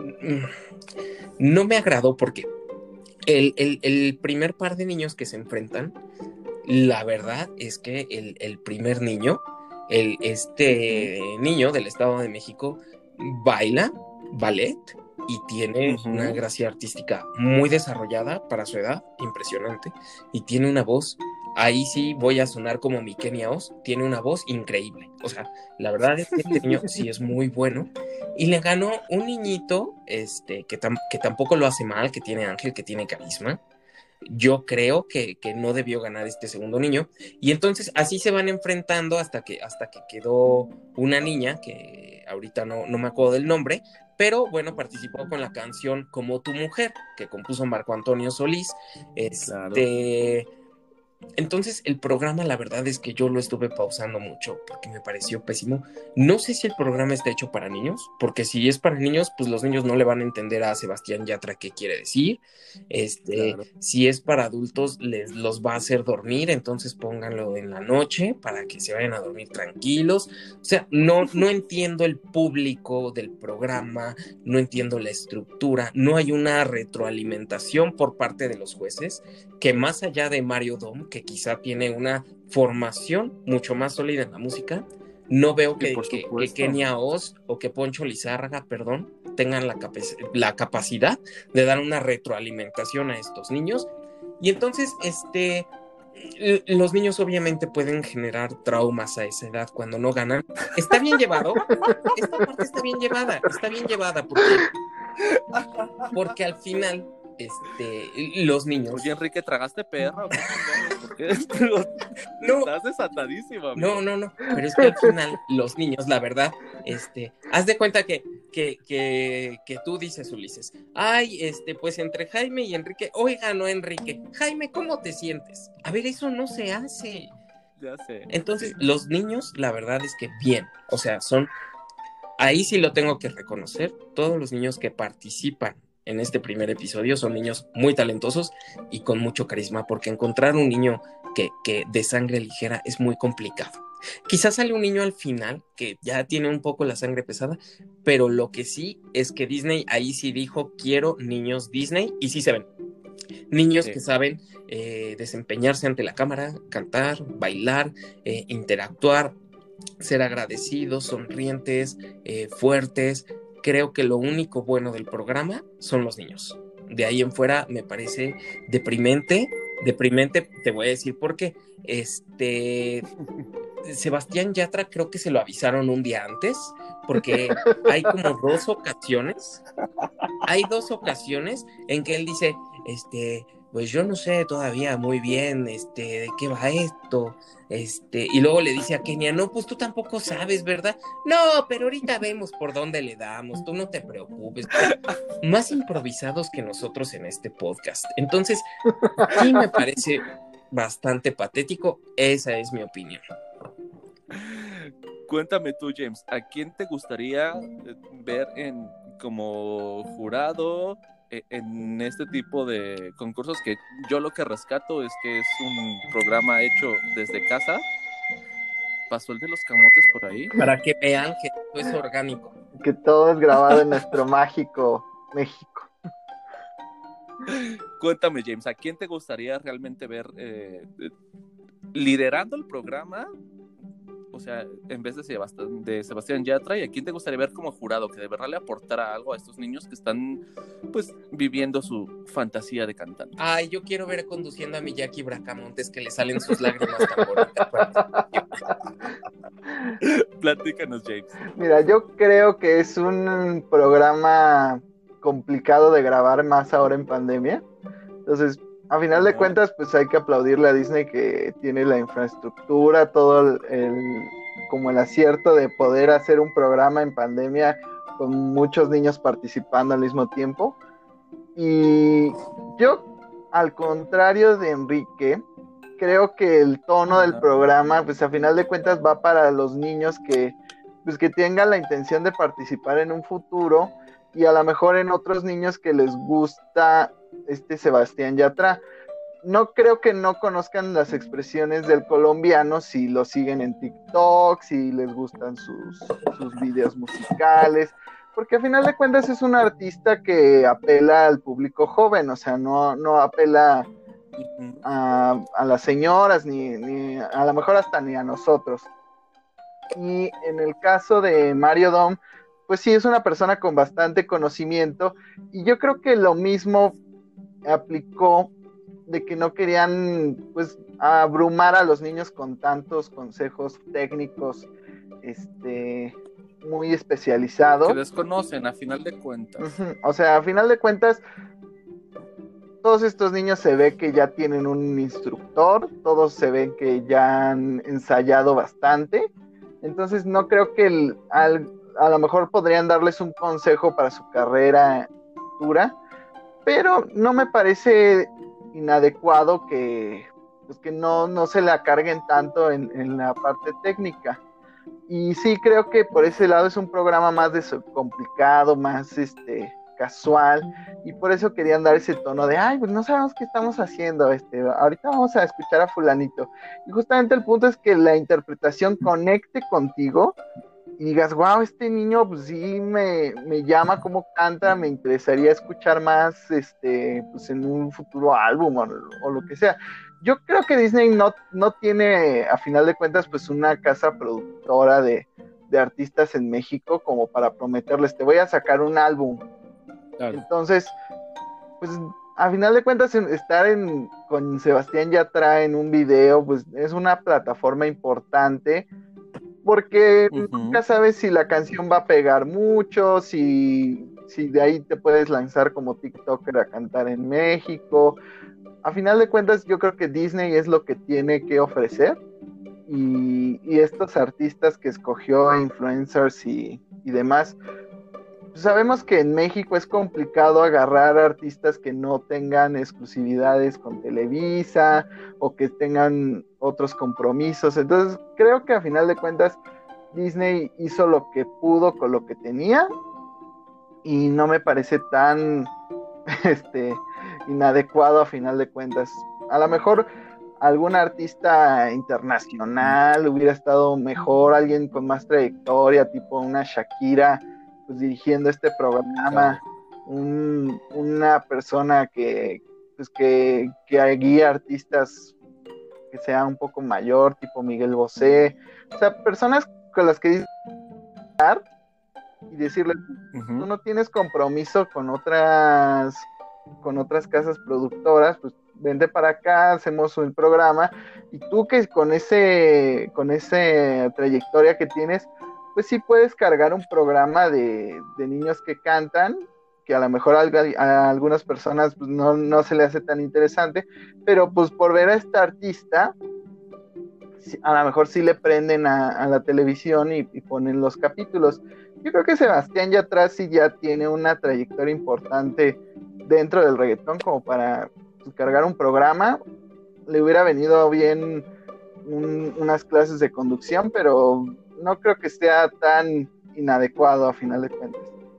no me agradó porque el, el, el primer par de niños que se enfrentan, la verdad es que el, el primer niño, el, este uh-huh. niño del Estado de México, baila ballet y tiene uh-huh. una gracia artística muy desarrollada para su edad, impresionante, y tiene una voz, ahí sí voy a sonar como mi Kenia Oz, tiene una voz increíble, o sea, la verdad es que este niño sí es muy bueno, y le ganó un niñito este, que, tam- que tampoco lo hace mal, que tiene ángel, que tiene carisma. Yo creo que, que no debió ganar este segundo niño, y entonces así se van enfrentando hasta que, hasta que quedó una niña, que ahorita no, no me acuerdo del nombre, pero bueno, participó con la canción Como tu mujer, que compuso Marco Antonio Solís. Este... Claro. Entonces el programa, la verdad es que yo lo estuve pausando mucho porque me pareció pésimo. No sé si el programa está hecho para niños, porque si es para niños, pues los niños no le van a entender a Sebastián Yatra qué quiere decir. Este, claro. Si es para adultos, les los va a hacer dormir, entonces pónganlo en la noche para que se vayan a dormir tranquilos. O sea, no, no entiendo el público del programa, no entiendo la estructura, no hay una retroalimentación por parte de los jueces, que más allá de Mario Dom, que quizá tiene una formación mucho más sólida en la música, no veo que, que, que Kenia Oz o que Poncho Lizárraga, perdón, tengan la, capac- la capacidad de dar una retroalimentación a estos niños. Y entonces, este, los niños obviamente pueden generar traumas a esa edad cuando no ganan. Está bien llevado, esta parte está bien llevada, está bien llevada porque, porque al final... Este, los niños. Oye, Enrique, ¿tragaste perra o qué? ¿Por qué? No, estás desatadísimo, amigo. No, no, no, pero es que al final los niños, la verdad, este, haz de cuenta que, que, que, que tú dices, Ulises, ay, este, pues entre Jaime y Enrique, oiga, no, Enrique, Jaime, ¿cómo te sientes? A ver, eso no se hace. Ya sé. Entonces, sí. los niños, la verdad es que bien, o sea, son, ahí sí lo tengo que reconocer, todos los niños que participan en este primer episodio son niños muy talentosos y con mucho carisma, porque encontrar un niño que, que de sangre ligera es muy complicado. Quizás sale un niño al final que ya tiene un poco la sangre pesada, pero lo que sí es que Disney ahí sí dijo, quiero niños Disney, y sí se ven. Niños sí. que saben eh, desempeñarse ante la cámara, cantar, bailar, eh, interactuar, ser agradecidos, sonrientes, eh, fuertes. Creo que lo único bueno del programa son los niños. De ahí en fuera me parece deprimente, deprimente, te voy a decir por qué. Este, Sebastián Yatra creo que se lo avisaron un día antes, porque hay como dos ocasiones, hay dos ocasiones en que él dice, este, pues yo no sé todavía muy bien, este, de qué va esto, este, y luego le dice a Kenia, no, pues tú tampoco sabes, ¿verdad? No, pero ahorita vemos por dónde le damos, tú no te preocupes. O sea, más improvisados que nosotros en este podcast. Entonces, sí me parece bastante patético, esa es mi opinión. Cuéntame tú, James, ¿a quién te gustaría ver en como jurado en este tipo de concursos? Que yo lo que rescato es que es un programa hecho desde casa. ¿Pasó el de los camotes por ahí? Para que vean que todo es orgánico. Que todo es grabado en nuestro mágico México. Cuéntame, James, ¿a quién te gustaría realmente ver eh, liderando el programa? O sea, en vez de Sebastián, de Sebastián Yatra, ¿y a quién te gustaría ver como jurado que de verdad le aportara algo a estos niños que están, pues, viviendo su fantasía de cantante? Ay, yo quiero ver conduciendo a mi Jackie Bracamontes, que le salen sus lágrimas tan bonitas. Platícanos, James. Mira, yo creo que es un programa complicado de grabar más ahora en pandemia. Entonces, a final de Ajá. cuentas, pues hay que aplaudirle a Disney que tiene la infraestructura, todo el, el- como el acierto de poder hacer un programa en pandemia con muchos niños participando al mismo tiempo. Y yo, al contrario de Enrique, creo que el tono del Ajá. programa, pues a final de cuentas va para los niños que, pues que tengan la intención de participar en un futuro y a lo mejor en otros niños que les gusta este Sebastián Yatra. No creo que no conozcan las expresiones del colombiano si lo siguen en TikTok, si les gustan sus, sus videos musicales, porque a final de cuentas es un artista que apela al público joven, o sea, no, no apela Ujú. a, a las señoras, ni, ni a lo mejor hasta ni a nosotros. Y en el caso de Mario Dom, pues sí, es una persona con bastante conocimiento, y yo creo que lo mismo aplicó de que no querían pues abrumar a los niños con tantos consejos técnicos este muy Que especializados. desconocen a final de cuentas. Uh-huh. O sea, a final de cuentas, todos estos niños se ve que ya tienen un instructor, todos se ven que ya han ensayado bastante, entonces no creo que el, al, a lo mejor podrían darles un consejo para su carrera futura, pero no me parece inadecuado que, pues que no, no se la carguen tanto en, en la parte técnica. Y sí, creo que por ese lado es un programa más complicado, más este casual, y por eso querían dar ese tono de, ay, pues no sabemos qué estamos haciendo, este, ahorita vamos a escuchar a fulanito. Y justamente el punto es que la interpretación conecte contigo y digas, wow, este niño pues sí me, me llama cómo canta, me interesaría escuchar más este, pues en un futuro álbum o, o lo que sea. Yo creo que Disney no, no tiene, a final de cuentas, pues una casa productora de, de artistas en México como para prometerles, te voy a sacar un álbum. Claro. Entonces, pues a final de cuentas, estar en, con Sebastián Yatra en un video, pues es una plataforma importante porque Ujú. nunca sabes si la canción va a pegar mucho, si, si de ahí te puedes lanzar como TikToker a cantar en México. A final de cuentas, yo creo que Disney es lo que tiene que ofrecer y, y estos artistas que escogió, influencers y, y demás, pues sabemos que en México es complicado agarrar artistas que no tengan exclusividades con Televisa o que tengan otros compromisos. Entonces, creo que a final de cuentas Disney hizo lo que pudo con lo que tenía y no me parece tan este, inadecuado a final de cuentas. A lo mejor algún artista internacional hubiera estado mejor, alguien con más trayectoria, tipo una Shakira, pues dirigiendo este Claro. programa, un, una persona que, pues que, que guía artistas que sea un poco mayor, tipo Miguel Bosé, o sea, personas con las que y decirle, tú Ujú. no tienes compromiso con otras con otras casas productoras, pues vente para acá, hacemos un programa y tú que con ese con esa trayectoria que tienes, pues sí puedes cargar un programa de, de niños que cantan, que a lo mejor a, a algunas personas pues, no, no se le hace tan interesante, pero pues por ver a esta artista, a lo mejor sí le prenden a, a la televisión y, y, ponen los capítulos. Yo creo que Sebastián Yatra sí ya tiene una trayectoria importante dentro del reggaetón como para pues, cargar un programa. Le hubiera venido bien un, unas clases de conducción, pero no creo que sea tan inadecuado a final de cuentas.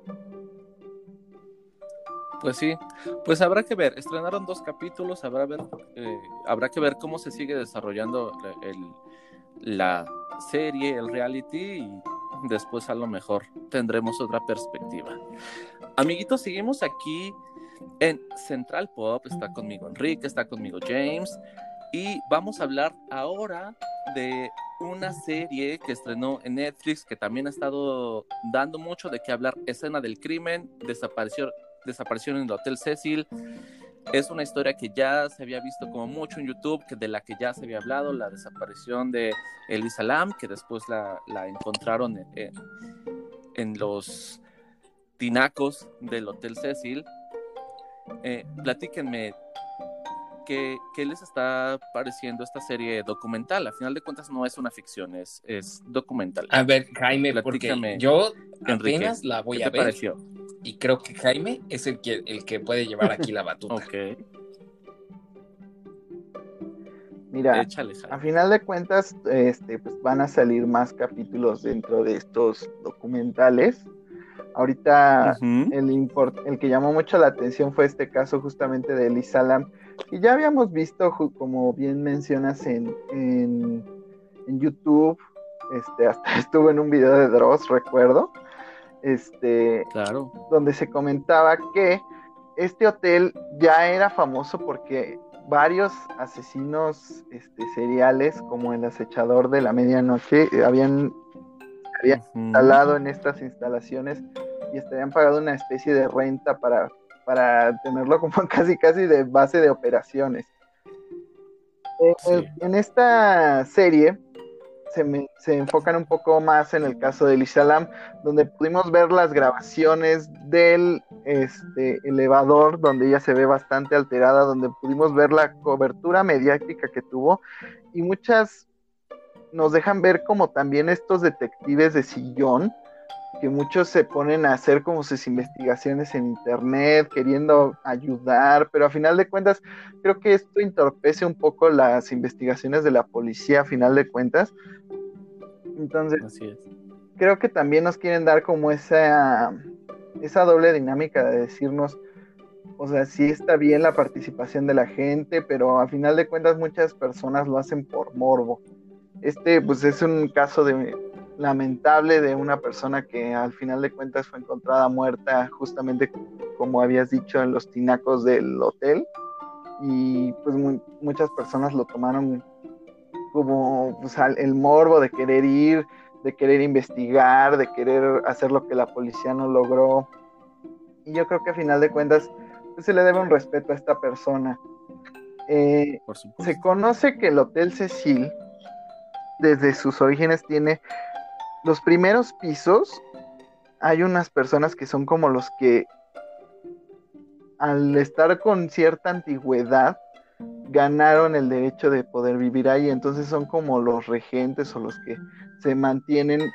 Pues sí, pues habrá que ver, estrenaron dos capítulos, habrá, ver, eh, habrá que ver cómo se sigue desarrollando el, la serie, el reality, y después a lo mejor tendremos otra perspectiva. Amiguitos, seguimos aquí en Central Pop, está conmigo Enrique, está conmigo James, y vamos a hablar ahora de una serie que estrenó en Netflix, que también ha estado dando mucho de qué hablar, Escena del Crimen, desapareció desaparición en el Hotel Cecil. Es una historia que ya se había visto como mucho en YouTube, que de la que ya se había hablado, la desaparición de Elisa Lam, que después la, la encontraron en, en, los tinacos del Hotel Cecil. Eh, platíquenme, ¿qué, ¿qué les está pareciendo esta serie documental? A final de cuentas no es una ficción, es, es documental. A ver, Jaime, Platícame, porque yo Enrique, apenas la voy ¿qué a te ver pareció? y creo que Jaime es el que, el que puede llevar aquí la batuta. Ok, Mira, échale, a Jaime. final de cuentas, este, pues van a salir más capítulos dentro de estos documentales. Ahorita Uh-huh. el, import, el que llamó mucho la atención fue este caso justamente de Elisa Lam, que ya habíamos visto, como bien mencionas, en, en, en YouTube, este, hasta estuvo en un video de Dross, recuerdo, este, Claro. donde se comentaba que este hotel ya era famoso porque varios asesinos este, seriales, como el acechador de la medianoche, eh, habían, habían Uh-huh. instalado en estas instalaciones y estarían pagando una especie de renta para, para tenerlo como casi casi de base de operaciones. Eh, Sí. en esta serie se, me, se enfocan un poco más en el caso de Elisa Lam, donde pudimos ver las grabaciones del este, elevador, donde ella se ve bastante alterada, donde pudimos ver la cobertura mediática que tuvo, y muchas nos dejan ver como también estos detectives de sillón, que muchos se ponen a hacer como sus investigaciones en internet, queriendo ayudar, pero a final de cuentas creo que esto entorpece un poco las investigaciones de la policía a final de cuentas. Entonces, así es. Creo que también nos quieren dar como esa, esa doble dinámica de decirnos, o sea, sí está bien la participación de la gente, pero a final de cuentas muchas personas lo hacen por morbo. Este, pues es un caso de, lamentable de una persona que al final de cuentas fue encontrada muerta, justamente como habías dicho, en los tinacos del hotel, y pues muy, muchas personas lo tomaron como pues, el morbo de querer ir, de querer investigar, de querer hacer lo que la policía no logró. Y yo creo que a final de cuentas pues, se le debe un respeto a esta persona. Eh, Por supuesto. se conoce que el Hotel Cecil, desde sus orígenes, tiene los primeros pisos. Hay unas personas que son como los que, al estar con cierta antigüedad, ganaron el derecho de poder vivir ahí, entonces son como los regentes o los que se mantienen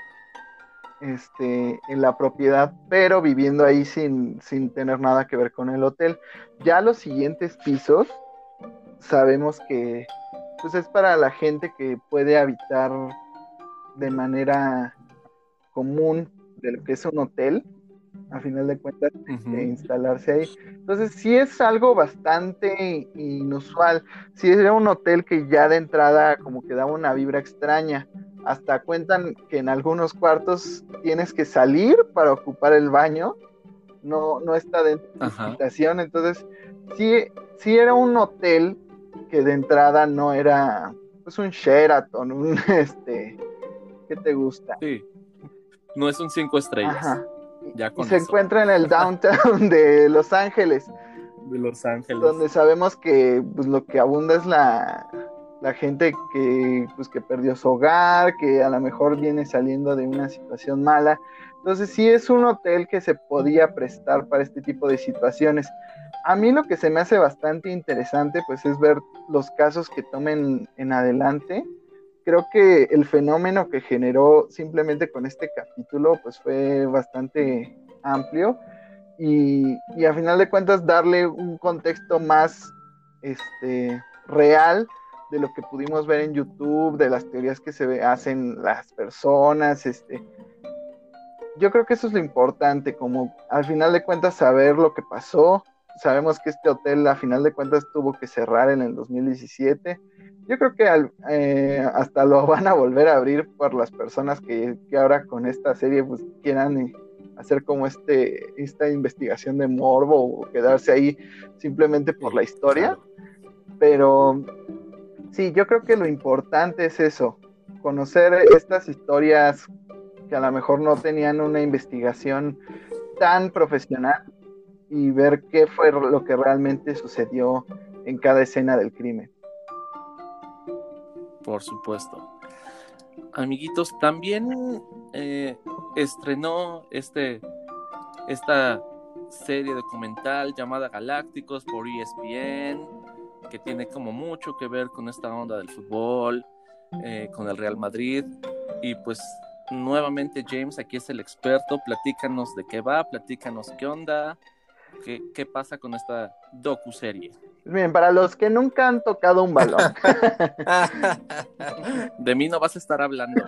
este, en la propiedad, pero viviendo ahí sin, sin tener nada que ver con el hotel. Ya los siguientes pisos sabemos que pues es para la gente que puede habitar de manera común de lo que es un hotel, a final de cuentas, Uh-huh. de instalarse ahí. Entonces sí es algo bastante inusual. Sí era un hotel que ya de entrada como que daba una vibra extraña. Hasta cuentan que en algunos cuartos tienes que salir para ocupar el baño. No, no está dentro de la habitación. Entonces sí, sí era un hotel que de entrada no era pues un Sheraton, un este, ¿qué te gusta? Sí. No es un cinco estrellas. Ajá. Ya con y se eso. encuentra en el downtown de Los Ángeles. De Los Ángeles. Donde sabemos que pues, lo que abunda es la, la gente que, pues, que perdió su hogar, que a lo mejor viene saliendo de una situación mala. Entonces sí es un hotel que se podía prestar para este tipo de situaciones. A mí lo que se me hace bastante interesante pues es ver los casos que tomen en adelante. Creo que el fenómeno que generó simplemente con este capítulo pues fue bastante amplio y, y a final de cuentas darle un contexto más este, real de lo que pudimos ver en YouTube, de las teorías que se ve, hacen las personas. Este. Yo creo que eso es lo importante, como al final de cuentas saber lo que pasó. Sabemos que este hotel a final de cuentas tuvo que cerrar en el dos mil diecisiete. Yo creo que al, eh, hasta lo van a volver a abrir por las personas que, que ahora con esta serie pues, quieran eh, hacer como este, esta investigación de morbo o quedarse ahí simplemente por Sí, la historia. claro. Pero sí, yo creo que lo importante es eso, conocer estas historias que a lo mejor no tenían una investigación tan profesional y ver qué fue lo que realmente sucedió en cada escena del crimen. Por supuesto. Amiguitos, también eh, estrenó este, esta serie documental llamada Galácticos por E S P N, que tiene como mucho que ver con esta onda del fútbol, eh, con el Real Madrid. Y pues nuevamente James, aquí es el experto, platícanos de qué va, platícanos qué onda, qué, qué pasa con esta docuserie. Miren, para los que nunca han tocado un balón. De mí no vas a estar hablando.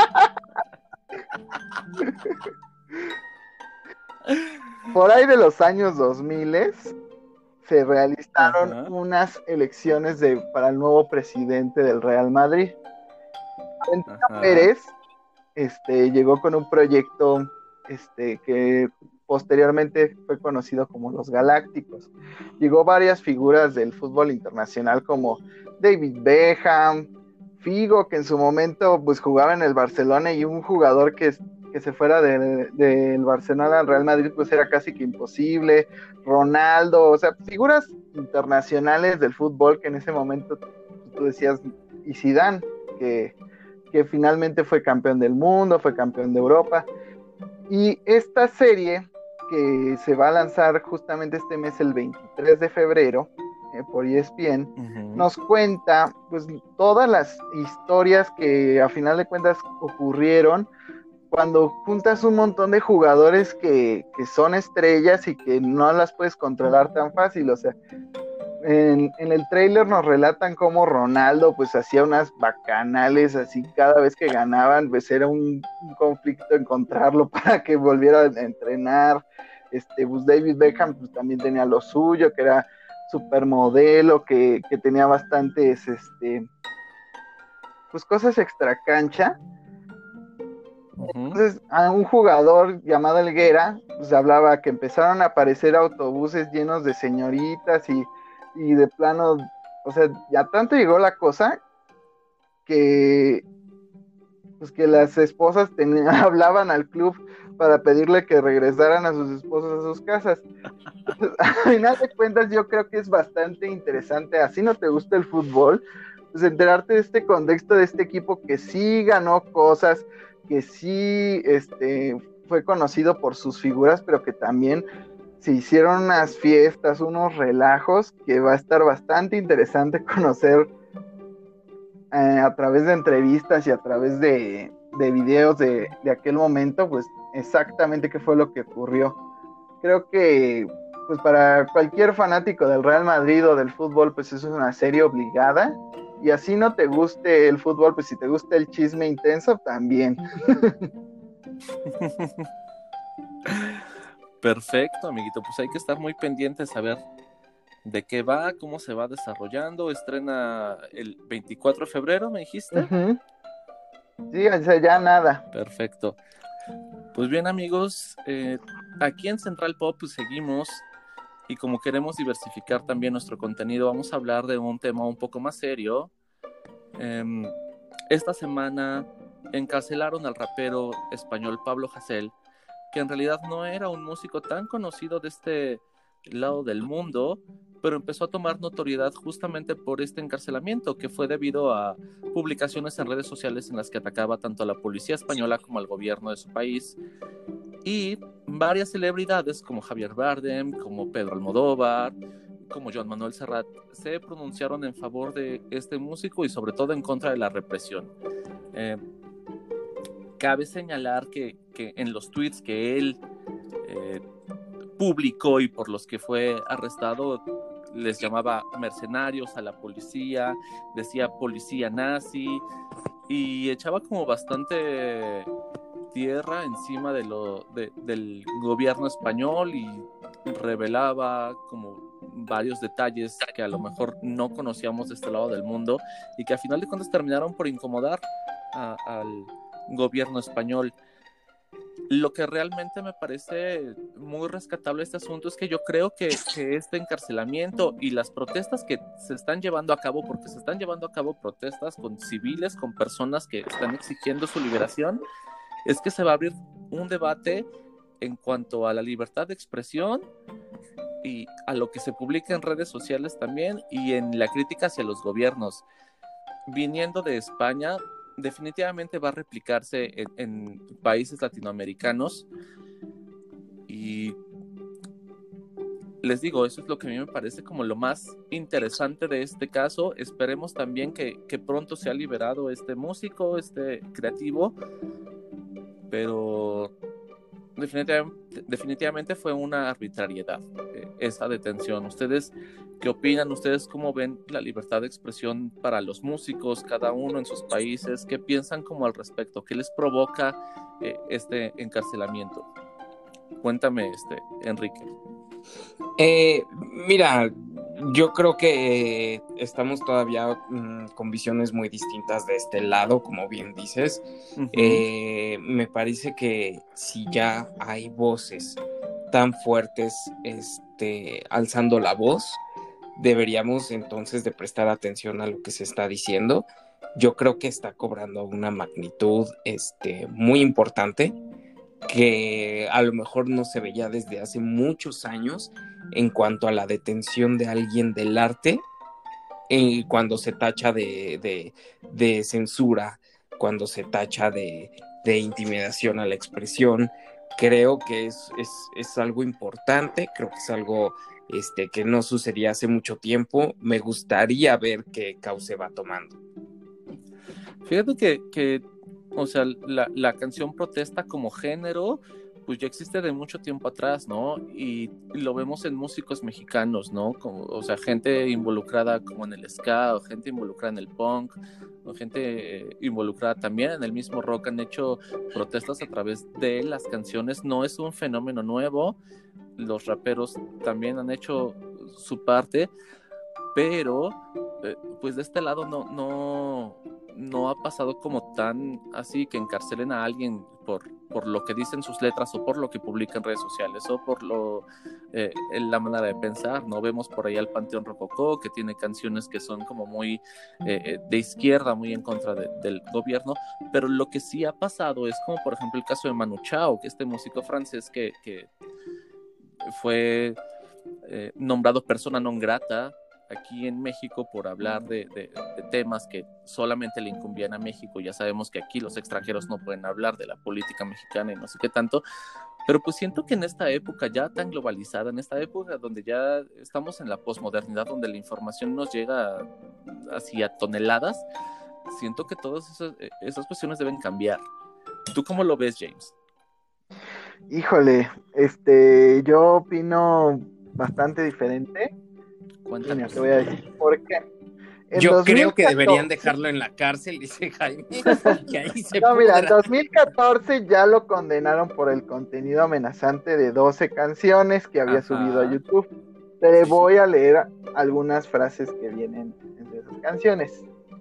Por ahí de los años dos mil se realizaron Ajá. unas elecciones de, para el nuevo presidente del Real Madrid. Florentino Ajá. Pérez este, llegó con un proyecto este, que posteriormente fue conocido como los Galácticos. Llegó varias figuras del fútbol internacional como David Beckham, Figo, que en su momento pues, jugaba en el Barcelona, y un jugador que, que se fuera del de, de Barcelona al Real Madrid pues era casi que imposible. Ronaldo, o sea, figuras internacionales del fútbol que en ese momento tú decías, y Zidane, que que finalmente fue campeón del mundo, fue campeón de Europa. Y esta serie, que se va a lanzar justamente este mes, el veintitrés de febrero, eh, por E S P N, uh-huh. nos cuenta pues todas las historias que a final de cuentas ocurrieron cuando juntas un montón de jugadores que, que son estrellas y que no las puedes controlar tan fácil. O sea, En, en el tráiler nos relatan cómo Ronaldo pues hacía unas bacanales así cada vez que ganaban, pues era un, un conflicto encontrarlo para que volviera a entrenar. Este, pues David Beckham pues también tenía lo suyo, que era supermodelo, que, que tenía bastantes este, pues cosas extra cancha. Uh-huh. Entonces a un jugador llamado Helguera pues hablaba que empezaron a aparecer autobuses llenos de señoritas y y de plano, o sea, ya tanto llegó la cosa que pues que las esposas ten, hablaban al club para pedirle que regresaran a sus esposos a sus casas. Entonces, a final de cuentas yo creo que es bastante interesante, así no te gusta el fútbol, pues enterarte de este contexto de este equipo que sí ganó cosas, que sí este, fue conocido por sus figuras, pero que también se hicieron unas fiestas, unos relajos, que va a estar bastante interesante conocer eh, a través de entrevistas y a través de, de videos de, de aquel momento, pues exactamente qué fue lo que ocurrió. Creo que pues para cualquier fanático del Real Madrid o del fútbol, pues eso es una serie obligada, y así no te guste el fútbol, pues si te gusta el chisme intenso, también. Perfecto, amiguito, pues hay que estar muy pendientes a ver de qué va, cómo se va desarrollando. Estrena el veinticuatro de febrero, ¿me dijiste? Uh-huh. Sí, o sea, ya nada. Perfecto. Pues bien, amigos, eh, aquí en Central Pop pues, seguimos, y como queremos diversificar también nuestro contenido, vamos a hablar de un tema un poco más serio. Eh, esta semana encarcelaron al rapero español Pablo Hasél, que en realidad no era un músico tan conocido de este lado del mundo, pero empezó a tomar notoriedad justamente por este encarcelamiento, que fue debido a publicaciones en redes sociales en las que atacaba tanto a la policía española como al gobierno de su país. Y varias celebridades como Javier Bardem, como Pedro Almodóvar, como Joan Manuel Serrat, se pronunciaron en favor de este músico y sobre todo en contra de la represión. Eh, Cabe señalar que, que en los tweets que él eh, publicó y por los que fue arrestado, les llamaba mercenarios a la policía, decía policía nazi, y echaba como bastante tierra encima de lo, de, del gobierno español, y revelaba como varios detalles que a lo mejor no conocíamos de este lado del mundo, y que a final de cuentas terminaron por incomodar a, al gobierno español. Lo que realmente me parece muy rescatable de este asunto es que yo creo que, que este encarcelamiento y las protestas que se están llevando a cabo, porque se están llevando a cabo protestas con civiles, con personas que están exigiendo su liberación, es que se va a abrir un debate en cuanto a la libertad de expresión y a lo que se publica en redes sociales también, y en la crítica hacia los gobiernos. Viniendo de España, definitivamente va a replicarse en, en países latinoamericanos, y y les digo, eso es lo que a mí me parece como lo más interesante de este caso. Esperemos también que, que pronto sea liberado este músico, este creativo, pero definitivamente, definitivamente fue una arbitrariedad eh, esa detención. ¿Ustedes qué opinan? ¿Ustedes cómo ven la libertad de expresión para los músicos, cada uno en sus países? ¿Qué piensan como al respecto? ¿Qué les provoca eh, este encarcelamiento? Cuéntame, este, Enrique. Eh, mira, yo creo que estamos todavía mm, con visiones muy distintas de este lado, como bien dices. Uh-huh. Eh, me parece que si ya hay voces tan fuertes este, alzando la voz, deberíamos entonces de prestar atención a lo que se está diciendo. Yo creo que está cobrando una magnitud este, muy importante, que a lo mejor no se veía desde hace muchos años en cuanto a la detención de alguien del arte, eh, cuando se tacha de, de, de censura, cuando se tacha de, de intimidación a la expresión. Creo que es, es, es algo importante, creo que es algo este, que no sucedía hace mucho tiempo. Me gustaría ver qué cauce va tomando. Fíjate que, que o sea, la, la canción protesta como género, pues ya existe de mucho tiempo atrás, ¿no? Y, y lo vemos en músicos mexicanos, ¿no? Como, o sea, gente involucrada como en el ska, o gente involucrada en el punk, o gente eh, involucrada también en el mismo rock. Han hecho protestas a través de las canciones. No es un fenómeno nuevo. Los raperos también han hecho su parte, pero eh, pues de este lado no, no, no ha pasado como tan así que encarcelen a alguien por, por lo que dicen sus letras o por lo que publica en redes sociales o por lo eh, la manera de pensar, ¿no? Vemos por ahí al Panteón Rococó, que tiene canciones que son como muy eh, de izquierda, muy en contra de, del gobierno, pero lo que sí ha pasado es como por ejemplo el caso de Manu Chao, que este músico francés que, que fue eh, nombrado persona non grata aquí en México por hablar de, de, de temas que solamente le incumbían a México. Ya sabemos que aquí los extranjeros no pueden hablar de la política mexicana y no sé qué tanto, pero pues siento que en esta época ya tan globalizada, en esta época donde ya estamos en la posmodernidad, donde la información nos llega así a toneladas, siento que todas esas, esas cuestiones deben cambiar. ¿Tú cómo lo ves, James? Híjole, este, yo opino bastante diferente. Cuéntanos. Mira, te voy a decir por qué. En Yo dos mil catorce, creo que deberían dejarlo en la cárcel, dice Jaime, que ahí se no, mira, en pudra. dos mil catorce ya lo condenaron por el contenido amenazante de doce canciones que había Ajá. subido a YouTube. Te sí, voy sí. a leer algunas frases que vienen en esas canciones.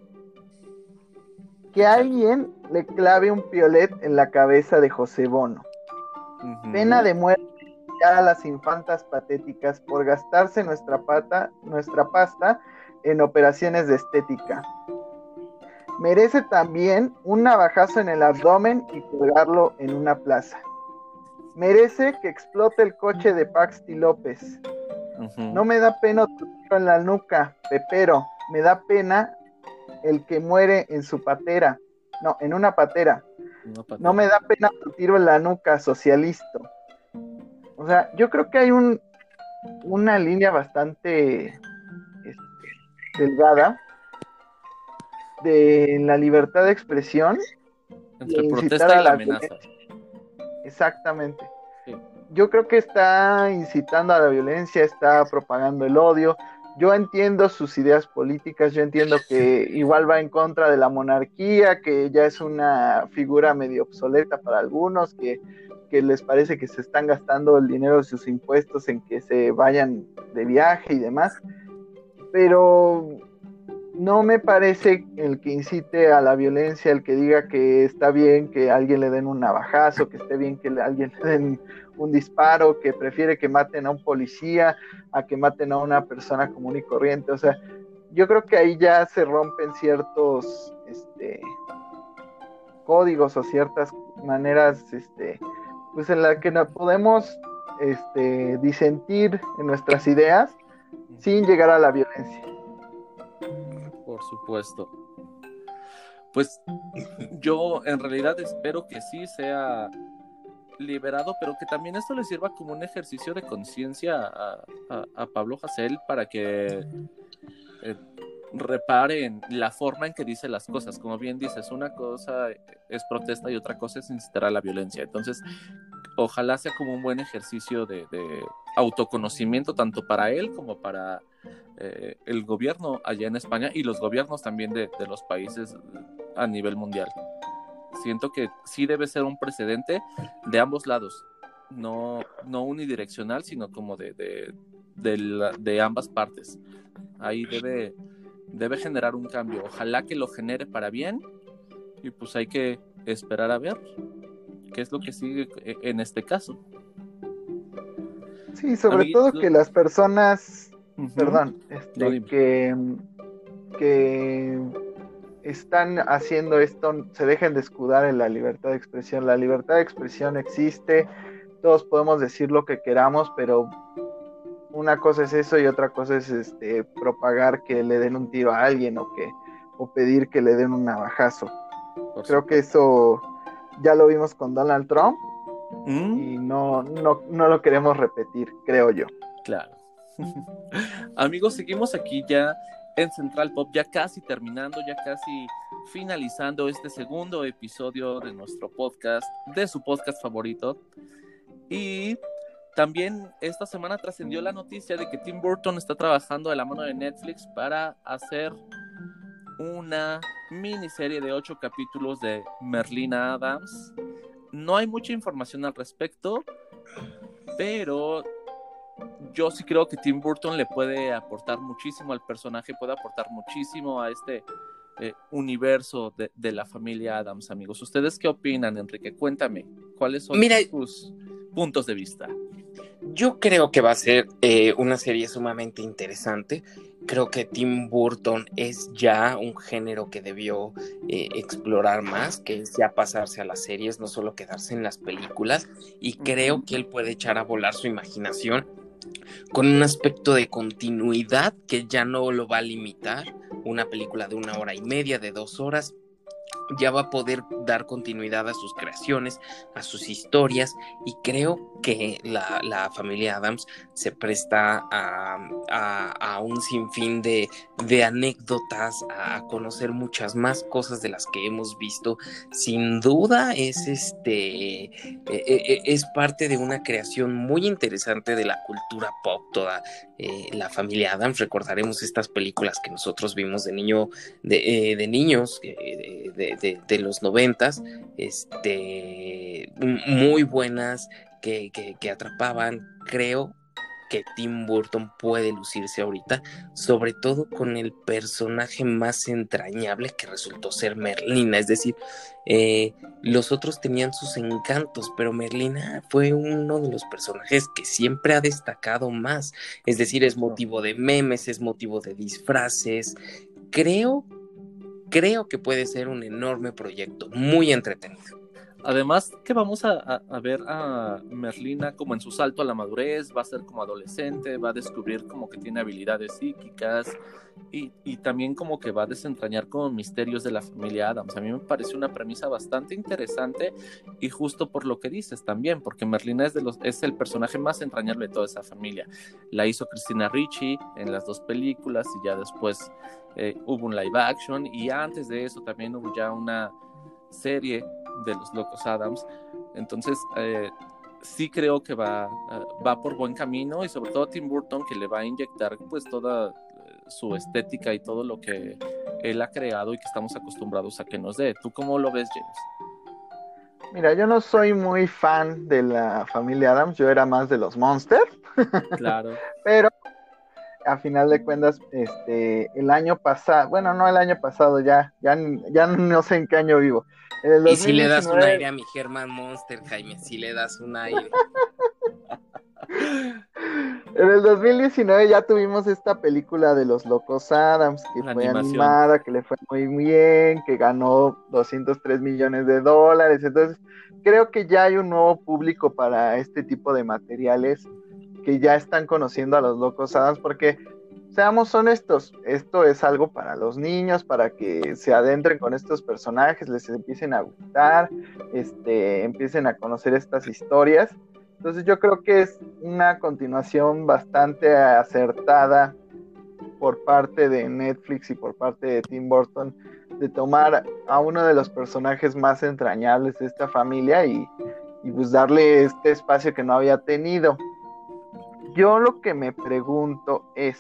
Que alguien le clave un piolet en la cabeza de José Bono. Uh-huh. Pena de muerte a las infantas patéticas por gastarse nuestra pata, nuestra pasta en operaciones de estética. Merece también un navajazo en el abdomen y colgarlo en una plaza. Merece que explote el coche de Paxti López. Uh-huh. No me da pena tu tiro en la nuca, Pepero. Me da pena el que muere en su patera. No, en una patera. No, patera. No me da pena tu tiro en la nuca, socialista. O sea, yo creo que hay un una línea bastante este, delgada de la libertad de expresión entre y protesta y la, la amenaza. Violencia. Exactamente. Sí. Yo creo que está incitando a la violencia, está propagando el odio. Yo entiendo sus ideas políticas, yo entiendo que igual va en contra de la monarquía, que ya es una figura medio obsoleta para algunos, que que les parece que se están gastando el dinero de sus impuestos en que se vayan de viaje y demás, pero no me parece el que incite a la violencia, el que diga que está bien que a alguien le den un navajazo, que esté bien que a alguien le den un disparo, que prefiere que maten a un policía a que maten a una persona común y corriente. O sea, yo creo que ahí ya se rompen ciertos este, códigos o ciertas maneras este, pues en la que no podemos este, disentir en nuestras ideas sin llegar a la violencia. Por supuesto. Pues yo en realidad espero que sí sea liberado, pero que también esto le sirva como un ejercicio de conciencia a, a, a Pablo Hasél para que eh, repare en la forma en que dice las cosas. Como bien dices, una cosa es protesta y otra cosa es incitar a la violencia. Entonces, ojalá sea como un buen ejercicio de, de autoconocimiento tanto para él como para eh, el gobierno allá en España y los gobiernos también de, de los países a nivel mundial. Siento que sí debe ser un precedente de ambos lados, no, no unidireccional, sino como de, de, de, la, de ambas partes. Ahí debe, debe generar un cambio. Ojalá que lo genere para bien y pues hay que esperar a ver qué es lo que sigue en este caso. Sí, sobre Amiguito. todo que las personas, uh-huh. perdón, este, no, que, que están haciendo esto, se dejen de escudar en la libertad de expresión. La libertad de expresión existe, todos podemos decir lo que queramos, pero una cosa es eso y otra cosa es este, propagar que le den un tiro a alguien o, que, o pedir que le den un navajazo. Por Creo supuesto. que eso ya lo vimos con Donald Trump ¿Mm? y no, no, no lo queremos repetir, creo yo. Claro. Amigos, seguimos aquí ya en Central Pop, ya casi terminando, ya casi finalizando este segundo episodio de nuestro podcast, de su podcast favorito. Y también esta semana trascendió la noticia de que Tim Burton está trabajando de la mano de Netflix para hacer una miniserie de ocho capítulos de Merlina Addams. No hay mucha información al respecto, pero yo sí creo que Tim Burton le puede aportar muchísimo al personaje, puede aportar muchísimo a este eh, universo de, de la familia Addams, amigos. ¿Ustedes qué opinan, Enrique? Cuéntame, ¿cuáles son Mira, tus puntos de vista? Yo creo que va a ser eh, una serie sumamente interesante. Creo que Tim Burton es ya un género que debió eh, explorar más, que es ya pasarse a las series, no solo quedarse en las películas, y creo que él puede echar a volar su imaginación con un aspecto de continuidad que ya no lo va a limitar. Una película de una hora y media, de dos horas, ya va a poder dar continuidad a sus creaciones, a sus historias, y creo que la, la familia Addams se presta a, a, a un sinfín de, de anécdotas, a conocer muchas más cosas de las que hemos visto. Sin duda es, este, eh, es parte de una creación muy interesante de la cultura pop, toda eh, la familia Addams. Recordaremos estas películas que nosotros vimos de, niño, de, eh, de niños, eh, de, de De, de los noventas, este, muy buenas, que, que, que atrapaban. Creo que Tim Burton puede lucirse ahorita, sobre todo con el personaje más entrañable que resultó ser Merlina. Es decir, eh, los otros tenían sus encantos, pero Merlina fue uno de los personajes que siempre ha destacado más. Es decir, es motivo de memes, es motivo de disfraces. Creo Creo que puede ser un enorme proyecto, muy entretenido. Además que vamos a, a, a ver a Merlina como en su salto a la madurez, va a ser como adolescente, va a descubrir como que tiene habilidades psíquicas y, y también como que va a desentrañar como misterios de la familia Addams. A mí me parece una premisa bastante interesante y justo por lo que dices también, porque Merlina es, de los, es el personaje más entrañable de toda esa familia. La hizo Christina Ricci en las dos películas y ya después eh, hubo un live action y antes de eso también hubo ya una serie de los locos Addams. Entonces eh, sí creo que va, uh, va por buen camino y sobre todo Tim Burton, que le va a inyectar pues toda uh, su estética y todo lo que él ha creado y que estamos acostumbrados a que nos dé. ¿Tú cómo lo ves, James? Mira, yo no soy muy fan de la familia Addams, yo era más de los Monsters. Claro. Pero a final de cuentas, este, el año pasado, bueno, no el año pasado, ya, ya, ya no sé en qué año vivo. En el dos mil diecinueve... Y si le das un aire a mi Herman Monster, Jaime, si le das un aire. En el dos mil diecinueve ya tuvimos esta película de los locos Addams, que la fue animación. Animada, que le fue muy bien, que ganó doscientos tres millones de dólares. Entonces, creo que ya hay un nuevo público para este tipo de materiales, que ya están conociendo a los locos Addams, porque seamos honestos, esto es algo para los niños, para que se adentren con estos personajes, les empiecen a gustar, este, empiecen a conocer estas historias. Entonces yo creo que es una continuación bastante acertada por parte de Netflix y por parte de Tim Burton, de tomar a uno de los personajes más entrañables de esta familia y, y pues darle este espacio que no había tenido. Yo lo que me pregunto es,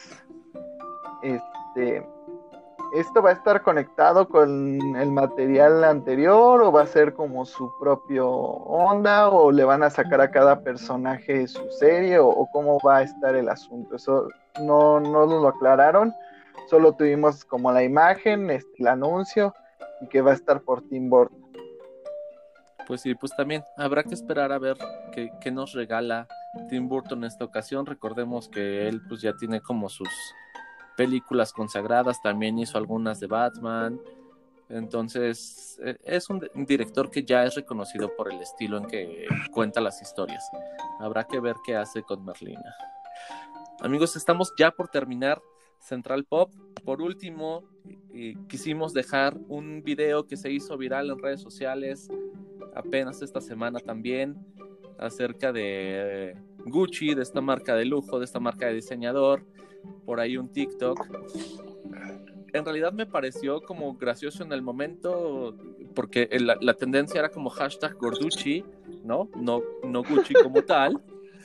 este, ¿esto va a estar conectado con el material anterior o va a ser como su propio onda o le van a sacar a cada personaje su serie o, o cómo va a estar el asunto? Eso no, no nos lo aclararon, solo tuvimos como la imagen, este, el anuncio y que va a estar por Tim Burton. Pues sí, pues también habrá que esperar a ver qué, qué nos regala Tim Burton en esta ocasión. Recordemos que él pues ya tiene como sus películas consagradas, también hizo algunas de Batman, entonces es un director que ya es reconocido por el estilo en que cuenta las historias. Habrá que ver qué hace con Merlina. Amigos, estamos ya por terminar Central Pop. Por último, eh, quisimos dejar un video que se hizo viral en redes sociales apenas esta semana también, acerca de Gucci, de esta marca de lujo, de esta marca de diseñador. Por ahí un TikTok. En realidad me pareció como gracioso en el momento, porque la, la tendencia era como hashtag Gorducci, ¿no? No, no Gucci como tal.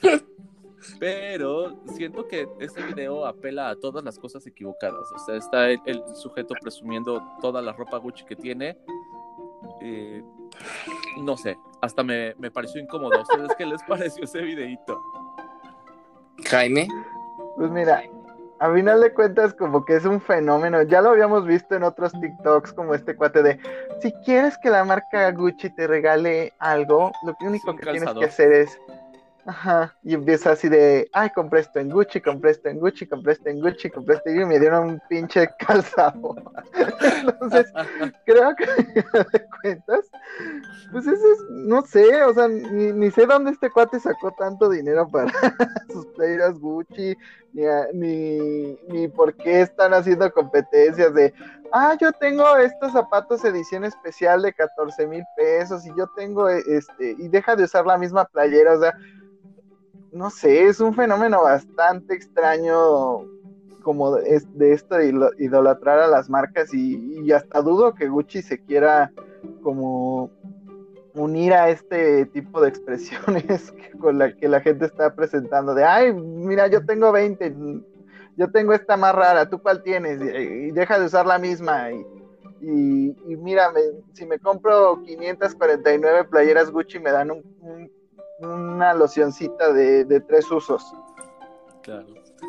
Pero siento que este video apela a todas las cosas equivocadas. O sea, está el, el sujeto presumiendo toda la ropa Gucci que tiene. Eh, no sé, hasta me, me pareció incómodo. ¿A ustedes qué les pareció ese videíto? Jaime. Pues mira, a final de cuentas como que es un fenómeno, ya lo habíamos visto en otros TikToks como este cuate de, si quieres que la marca Gucci te regale algo, lo único que tienes que hacer es, ajá, y empieza así de, ay, compré esto en Gucci, compré esto en Gucci, compré esto en Gucci, compré esto y me dieron un pinche calzado. Entonces, creo que a final de cuentas, pues eso es, no sé, o sea, ni, ni sé dónde este cuate sacó tanto dinero para sus playeras Gucci, ni, a, ni, ni por qué están haciendo competencias de, ah, yo tengo estos zapatos edición especial de catorce mil pesos y yo tengo este, y deja de usar la misma playera, o sea, no sé, es un fenómeno bastante extraño como de, de esto de idolatrar a las marcas y, y hasta dudo que Gucci se quiera como unir a este tipo de expresiones que, con la que la gente está presentando de, ay, mira, yo tengo veinte, yo tengo esta más rara, ¿tú cuál tienes? Y, y deja de usar la misma y, y, y mira, me, si me compro quinientas cuarenta y nueve playeras Gucci me dan un, un, una locioncita de, de tres usos. Claro.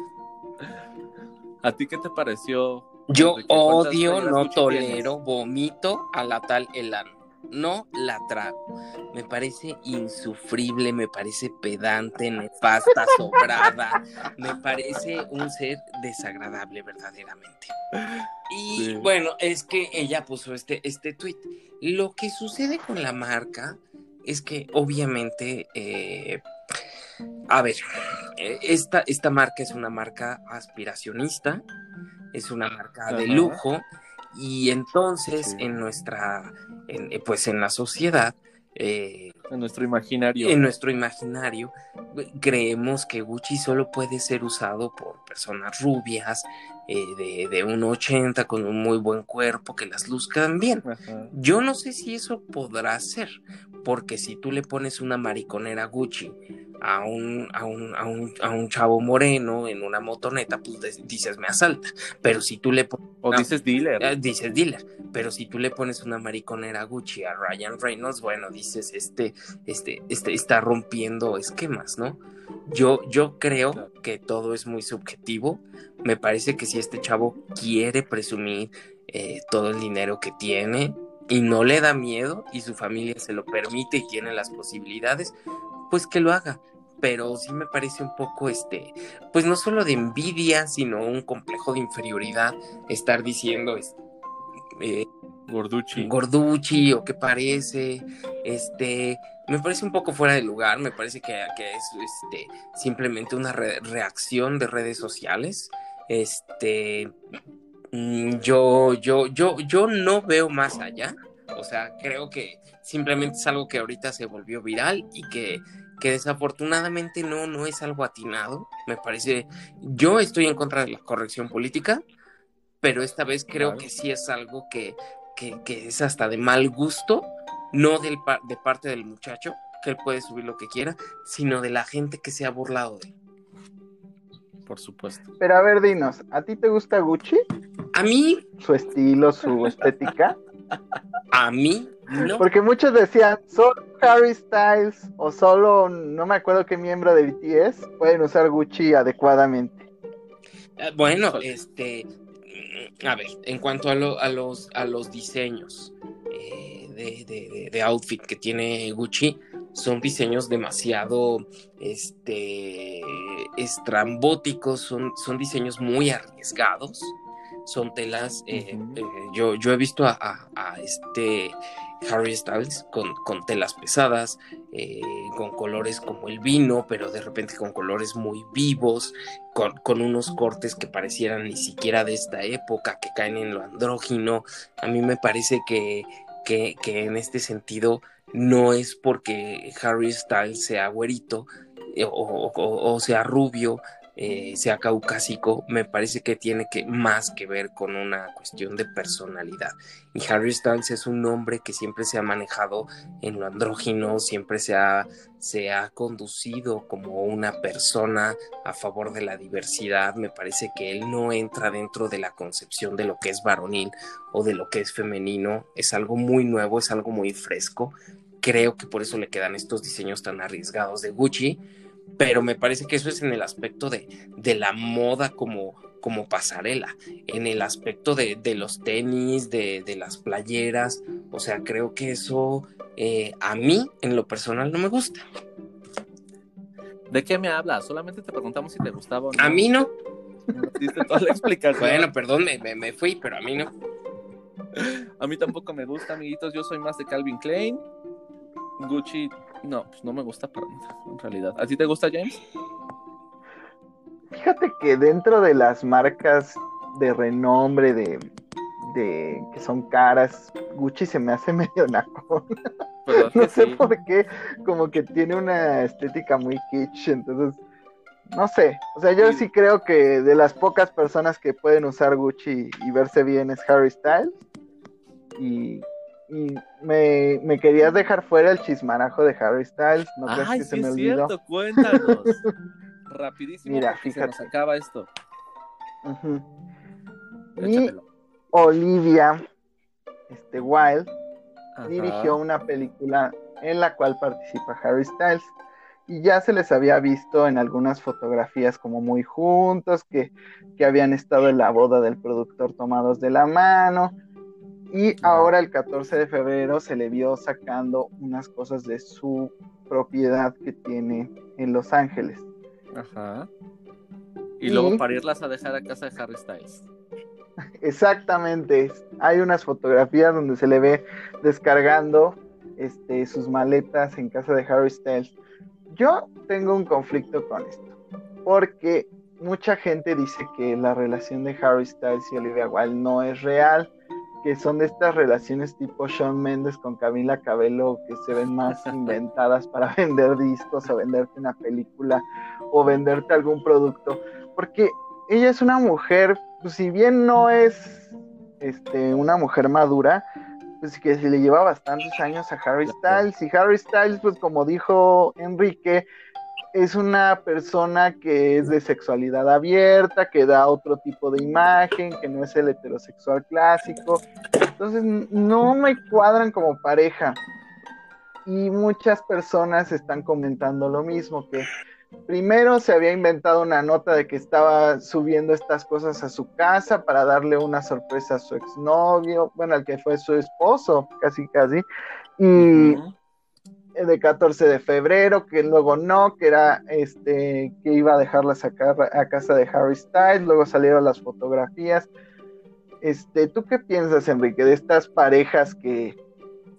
¿A ti qué te pareció? Yo odio, no tolero, tienes? Vomito a la tal Elan. No la trago. Me parece insufrible, me parece pedante, nefasta, sobrada. Me parece un ser desagradable verdaderamente. Y sí. Bueno, es que ella puso este, este tweet. Lo que sucede con la marca es que obviamente, eh, a ver, esta, esta marca es una marca aspiracionista, es una marca Ajá. de lujo. Y entonces sí. en nuestra, en, pues en la sociedad, eh, en nuestro imaginario, en nuestro imaginario, creemos que Gucci solo puede ser usado por personas rubias, eh, de, de uno ochenta con un muy buen cuerpo, que las luzcan bien. Ajá. Yo no sé si eso podrá ser, porque si tú le pones una mariconera Gucci a un, a un, a un, a un chavo moreno en una motoneta, pues dices me asalta, pero si tú le pones o una, dices dealer eh, dices dealer, pero si tú le pones una mariconera Gucci a Ryan Reynolds, bueno, dices este, este, este está rompiendo esquemas, ¿no? Yo, yo creo claro. que todo es muy subjetivo. Me parece que si este chavo quiere presumir eh, todo el dinero que tiene y no le da miedo y su familia se lo permite y tiene las posibilidades, pues que lo haga. Pero sí me parece un poco, este, pues no solo de envidia, sino un complejo de inferioridad estar diciendo, eh, Gorducci. Gorducci o qué parece, este, me parece un poco fuera de lugar, me parece que, que es este, simplemente una re- reacción de redes sociales. Este, mm, yo, yo, yo, yo no veo más allá. O sea, creo que simplemente es algo que ahorita se volvió viral y que, que desafortunadamente no, no es algo atinado. Me parece, yo estoy en contra de la corrección política, pero esta vez creo Claro. que sí es algo que, que, que es hasta de mal gusto, no del, de parte del muchacho, que él puede subir lo que quiera, sino de la gente que se ha burlado de él. Por supuesto. Pero a ver, dinos, ¿a ti te gusta Gucci? A mí, ¿Su estilo, su estética? a mí, no. Porque muchos decían, solo Harry Styles o solo, no me acuerdo qué miembro de B T S, pueden usar Gucci adecuadamente. Eh, Bueno, este, mm, a ver, en cuanto a, lo, a, los, a los diseños eh, de, de, de, de outfit que tiene Gucci, son diseños demasiado este, estrambóticos, son, son diseños muy arriesgados, son telas, eh, Ujú. eh, yo, yo he visto a, a, a este Harry Styles con, con telas pesadas, eh, con colores como el vino, pero de repente con colores muy vivos, con, con unos cortes que parecieran ni siquiera de esta época, que caen en lo andrógino. A mí me parece que, que, que en este sentido no es porque Harry Styles sea güerito eh, o, o, o sea rubio, eh, sea caucásico, me parece que tiene que más que ver con una cuestión de personalidad. Y Harry Styles es un hombre que siempre se ha manejado en lo andrógino, siempre se ha, se ha conducido como una persona a favor de la diversidad. Me parece que él no entra dentro de la concepción de lo que es varonil o de lo que es femenino. Es algo muy nuevo, es algo muy fresco. Creo que por eso le quedan estos diseños tan arriesgados de Gucci, pero me parece que eso es en el aspecto de, de la moda como, como pasarela, en el aspecto de, de los tenis, de, de las playeras. O sea, creo que eso eh, a mí en lo personal no me gusta. ¿De qué me hablas? Solamente te preguntamos si te gustaba o no. A mí no. Nos diste toda la explicación. Bueno, perdón, me, me, me fui, pero a mí no. A mí tampoco me gusta, amiguitos. Yo soy más de Calvin Klein. Gucci, no, pues no me gusta para nada, en realidad. ¿A ti te gusta, James? Fíjate que dentro de las marcas de renombre, de, de que son caras, Gucci se me hace medio naco. No sé sí. por qué, como que tiene una estética muy kitsch, entonces, no sé. O sea, yo sí. sí creo que de las pocas personas que pueden usar Gucci y verse bien es Harry Styles. Y... Y me, me querías dejar fuera el chismarajo de Harry Styles, ¿no crees Ay, que sí se me es olvidó? Cierto, cuéntanos. Rapidísimo, mira, porque fíjate. se nos acaba esto. Uh-huh. Y Échatelo. Olivia este, Wilde Ajá. dirigió una película en la cual participa Harry Styles. Y ya se les había visto en algunas fotografías como muy juntos, que, que habían estado en la boda del productor tomados de la mano. Y ahora el catorce de febrero se le vio sacando unas cosas de su propiedad que tiene en Los Ángeles. Ajá. Y, y luego para irlas a dejar a casa de Harry Styles. Exactamente. Hay unas fotografías donde se le ve descargando este, sus maletas en casa de Harry Styles. Yo tengo un conflicto con esto, porque mucha gente dice que la relación de Harry Styles y Olivia Wilde no es real, que son de estas relaciones tipo Shawn Mendes con Camila Cabello, que se ven más inventadas para vender discos o venderte una película o venderte algún producto, porque ella es una mujer, pues si bien no es este, una mujer madura, pues que se le lleva bastantes años a Harry Styles, y Harry Styles, pues como dijo Enrique, es una persona que es de sexualidad abierta, que da otro tipo de imagen, que no es el heterosexual clásico. Entonces no me cuadran como pareja. Y muchas personas están comentando lo mismo, que primero se había inventado una nota de que estaba subiendo estas cosas a su casa para darle una sorpresa a su exnovio, bueno, al que fue su esposo, casi casi, y... Uh-huh. de catorce de febrero, que luego no, que era este, que iba a dejarla sacar a casa de Harry Styles, luego salieron las fotografías. Este, ¿tú qué piensas, Enrique, de estas parejas que,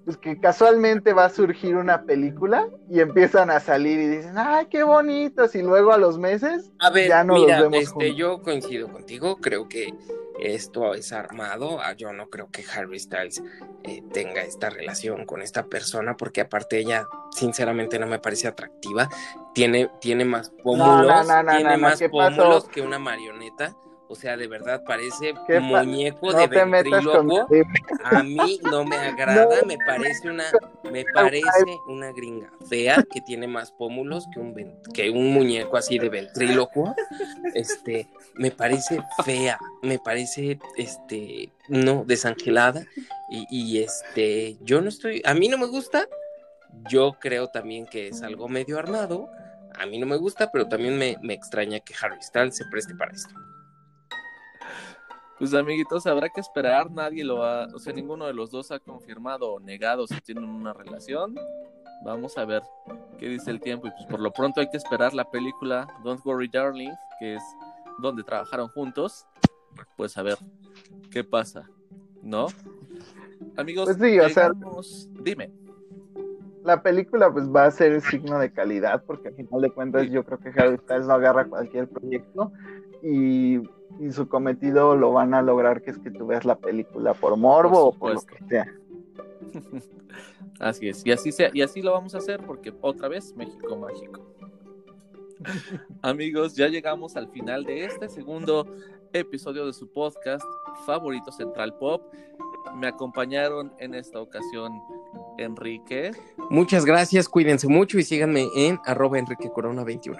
pues que casualmente va a surgir una película y empiezan a salir y dicen, ay, qué bonitos, y luego a los meses A ver, ya no los mira, vemos este, juntos. yo coincido contigo, creo que esto es armado. Ah, yo no creo que Harry Styles eh, tenga esta relación con esta persona, porque aparte ella, sinceramente, no me parece atractiva. Tiene, tiene más No, no, pómulos, no, no, no, tiene no, más ¿qué pasó? pómulos que una marioneta. O sea, de verdad parece ¿Qué pa- muñeco de No te metas con ventrílocuo. A mí no me No, agrada, me parece una, me parece una gringa fea que tiene más pómulos que un, ven- que un muñeco así de ventrílocuo. Este, me parece fea, me parece, este, no, desangelada. Y, y este, yo no estoy, a mí no me gusta. Yo creo también que es algo medio armado. A mí no me gusta, pero también me, me extraña que Harry Styles se preste para esto. Pues amiguitos, habrá que esperar, nadie lo ha, o sea, ninguno de los dos ha confirmado o negado si tienen una relación. Vamos a ver qué dice el tiempo y pues por lo pronto hay que esperar la película Don't Worry Darling, que es donde trabajaron juntos, pues a ver qué pasa, ¿no? Amigos, pues sí, o sea, llegamos, dime. la película pues va a ser el signo de calidad, porque al final de cuentas Sí, yo creo que Harry Styles no agarra cualquier proyecto y, y su cometido lo van a lograr, que es que tú veas la película por por morbo o por lo supuesto. que sea. Así es, y así sea, y así lo vamos a hacer porque otra vez México mágico. Amigos, ya llegamos al final de este segundo episodio de su podcast favorito Central Pop. Me acompañaron en esta ocasión Enrique. Muchas gracias, cuídense mucho y síganme en arroba Enrique Corona veintiuno.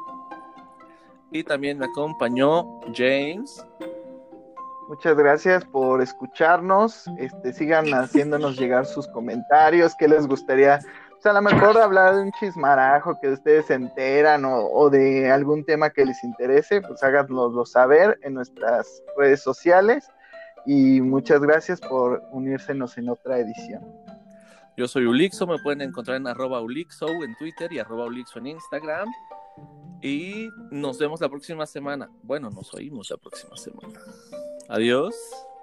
Y también me acompañó James. Muchas gracias por escucharnos. Este, sigan haciéndonos llegar sus comentarios, qué les gustaría, o sea, a lo mejor hablar de un chismarajo que ustedes se enteran o, o de algún tema que les interese, pues háganoslo saber en nuestras redes sociales. Y muchas gracias por unírsenos en otra edición. Yo soy Ulixo, me pueden encontrar en arroba Ulixo en Twitter y arroba Ulixo en Instagram. Y nos vemos la próxima semana. Bueno, nos oímos la próxima semana. Adiós.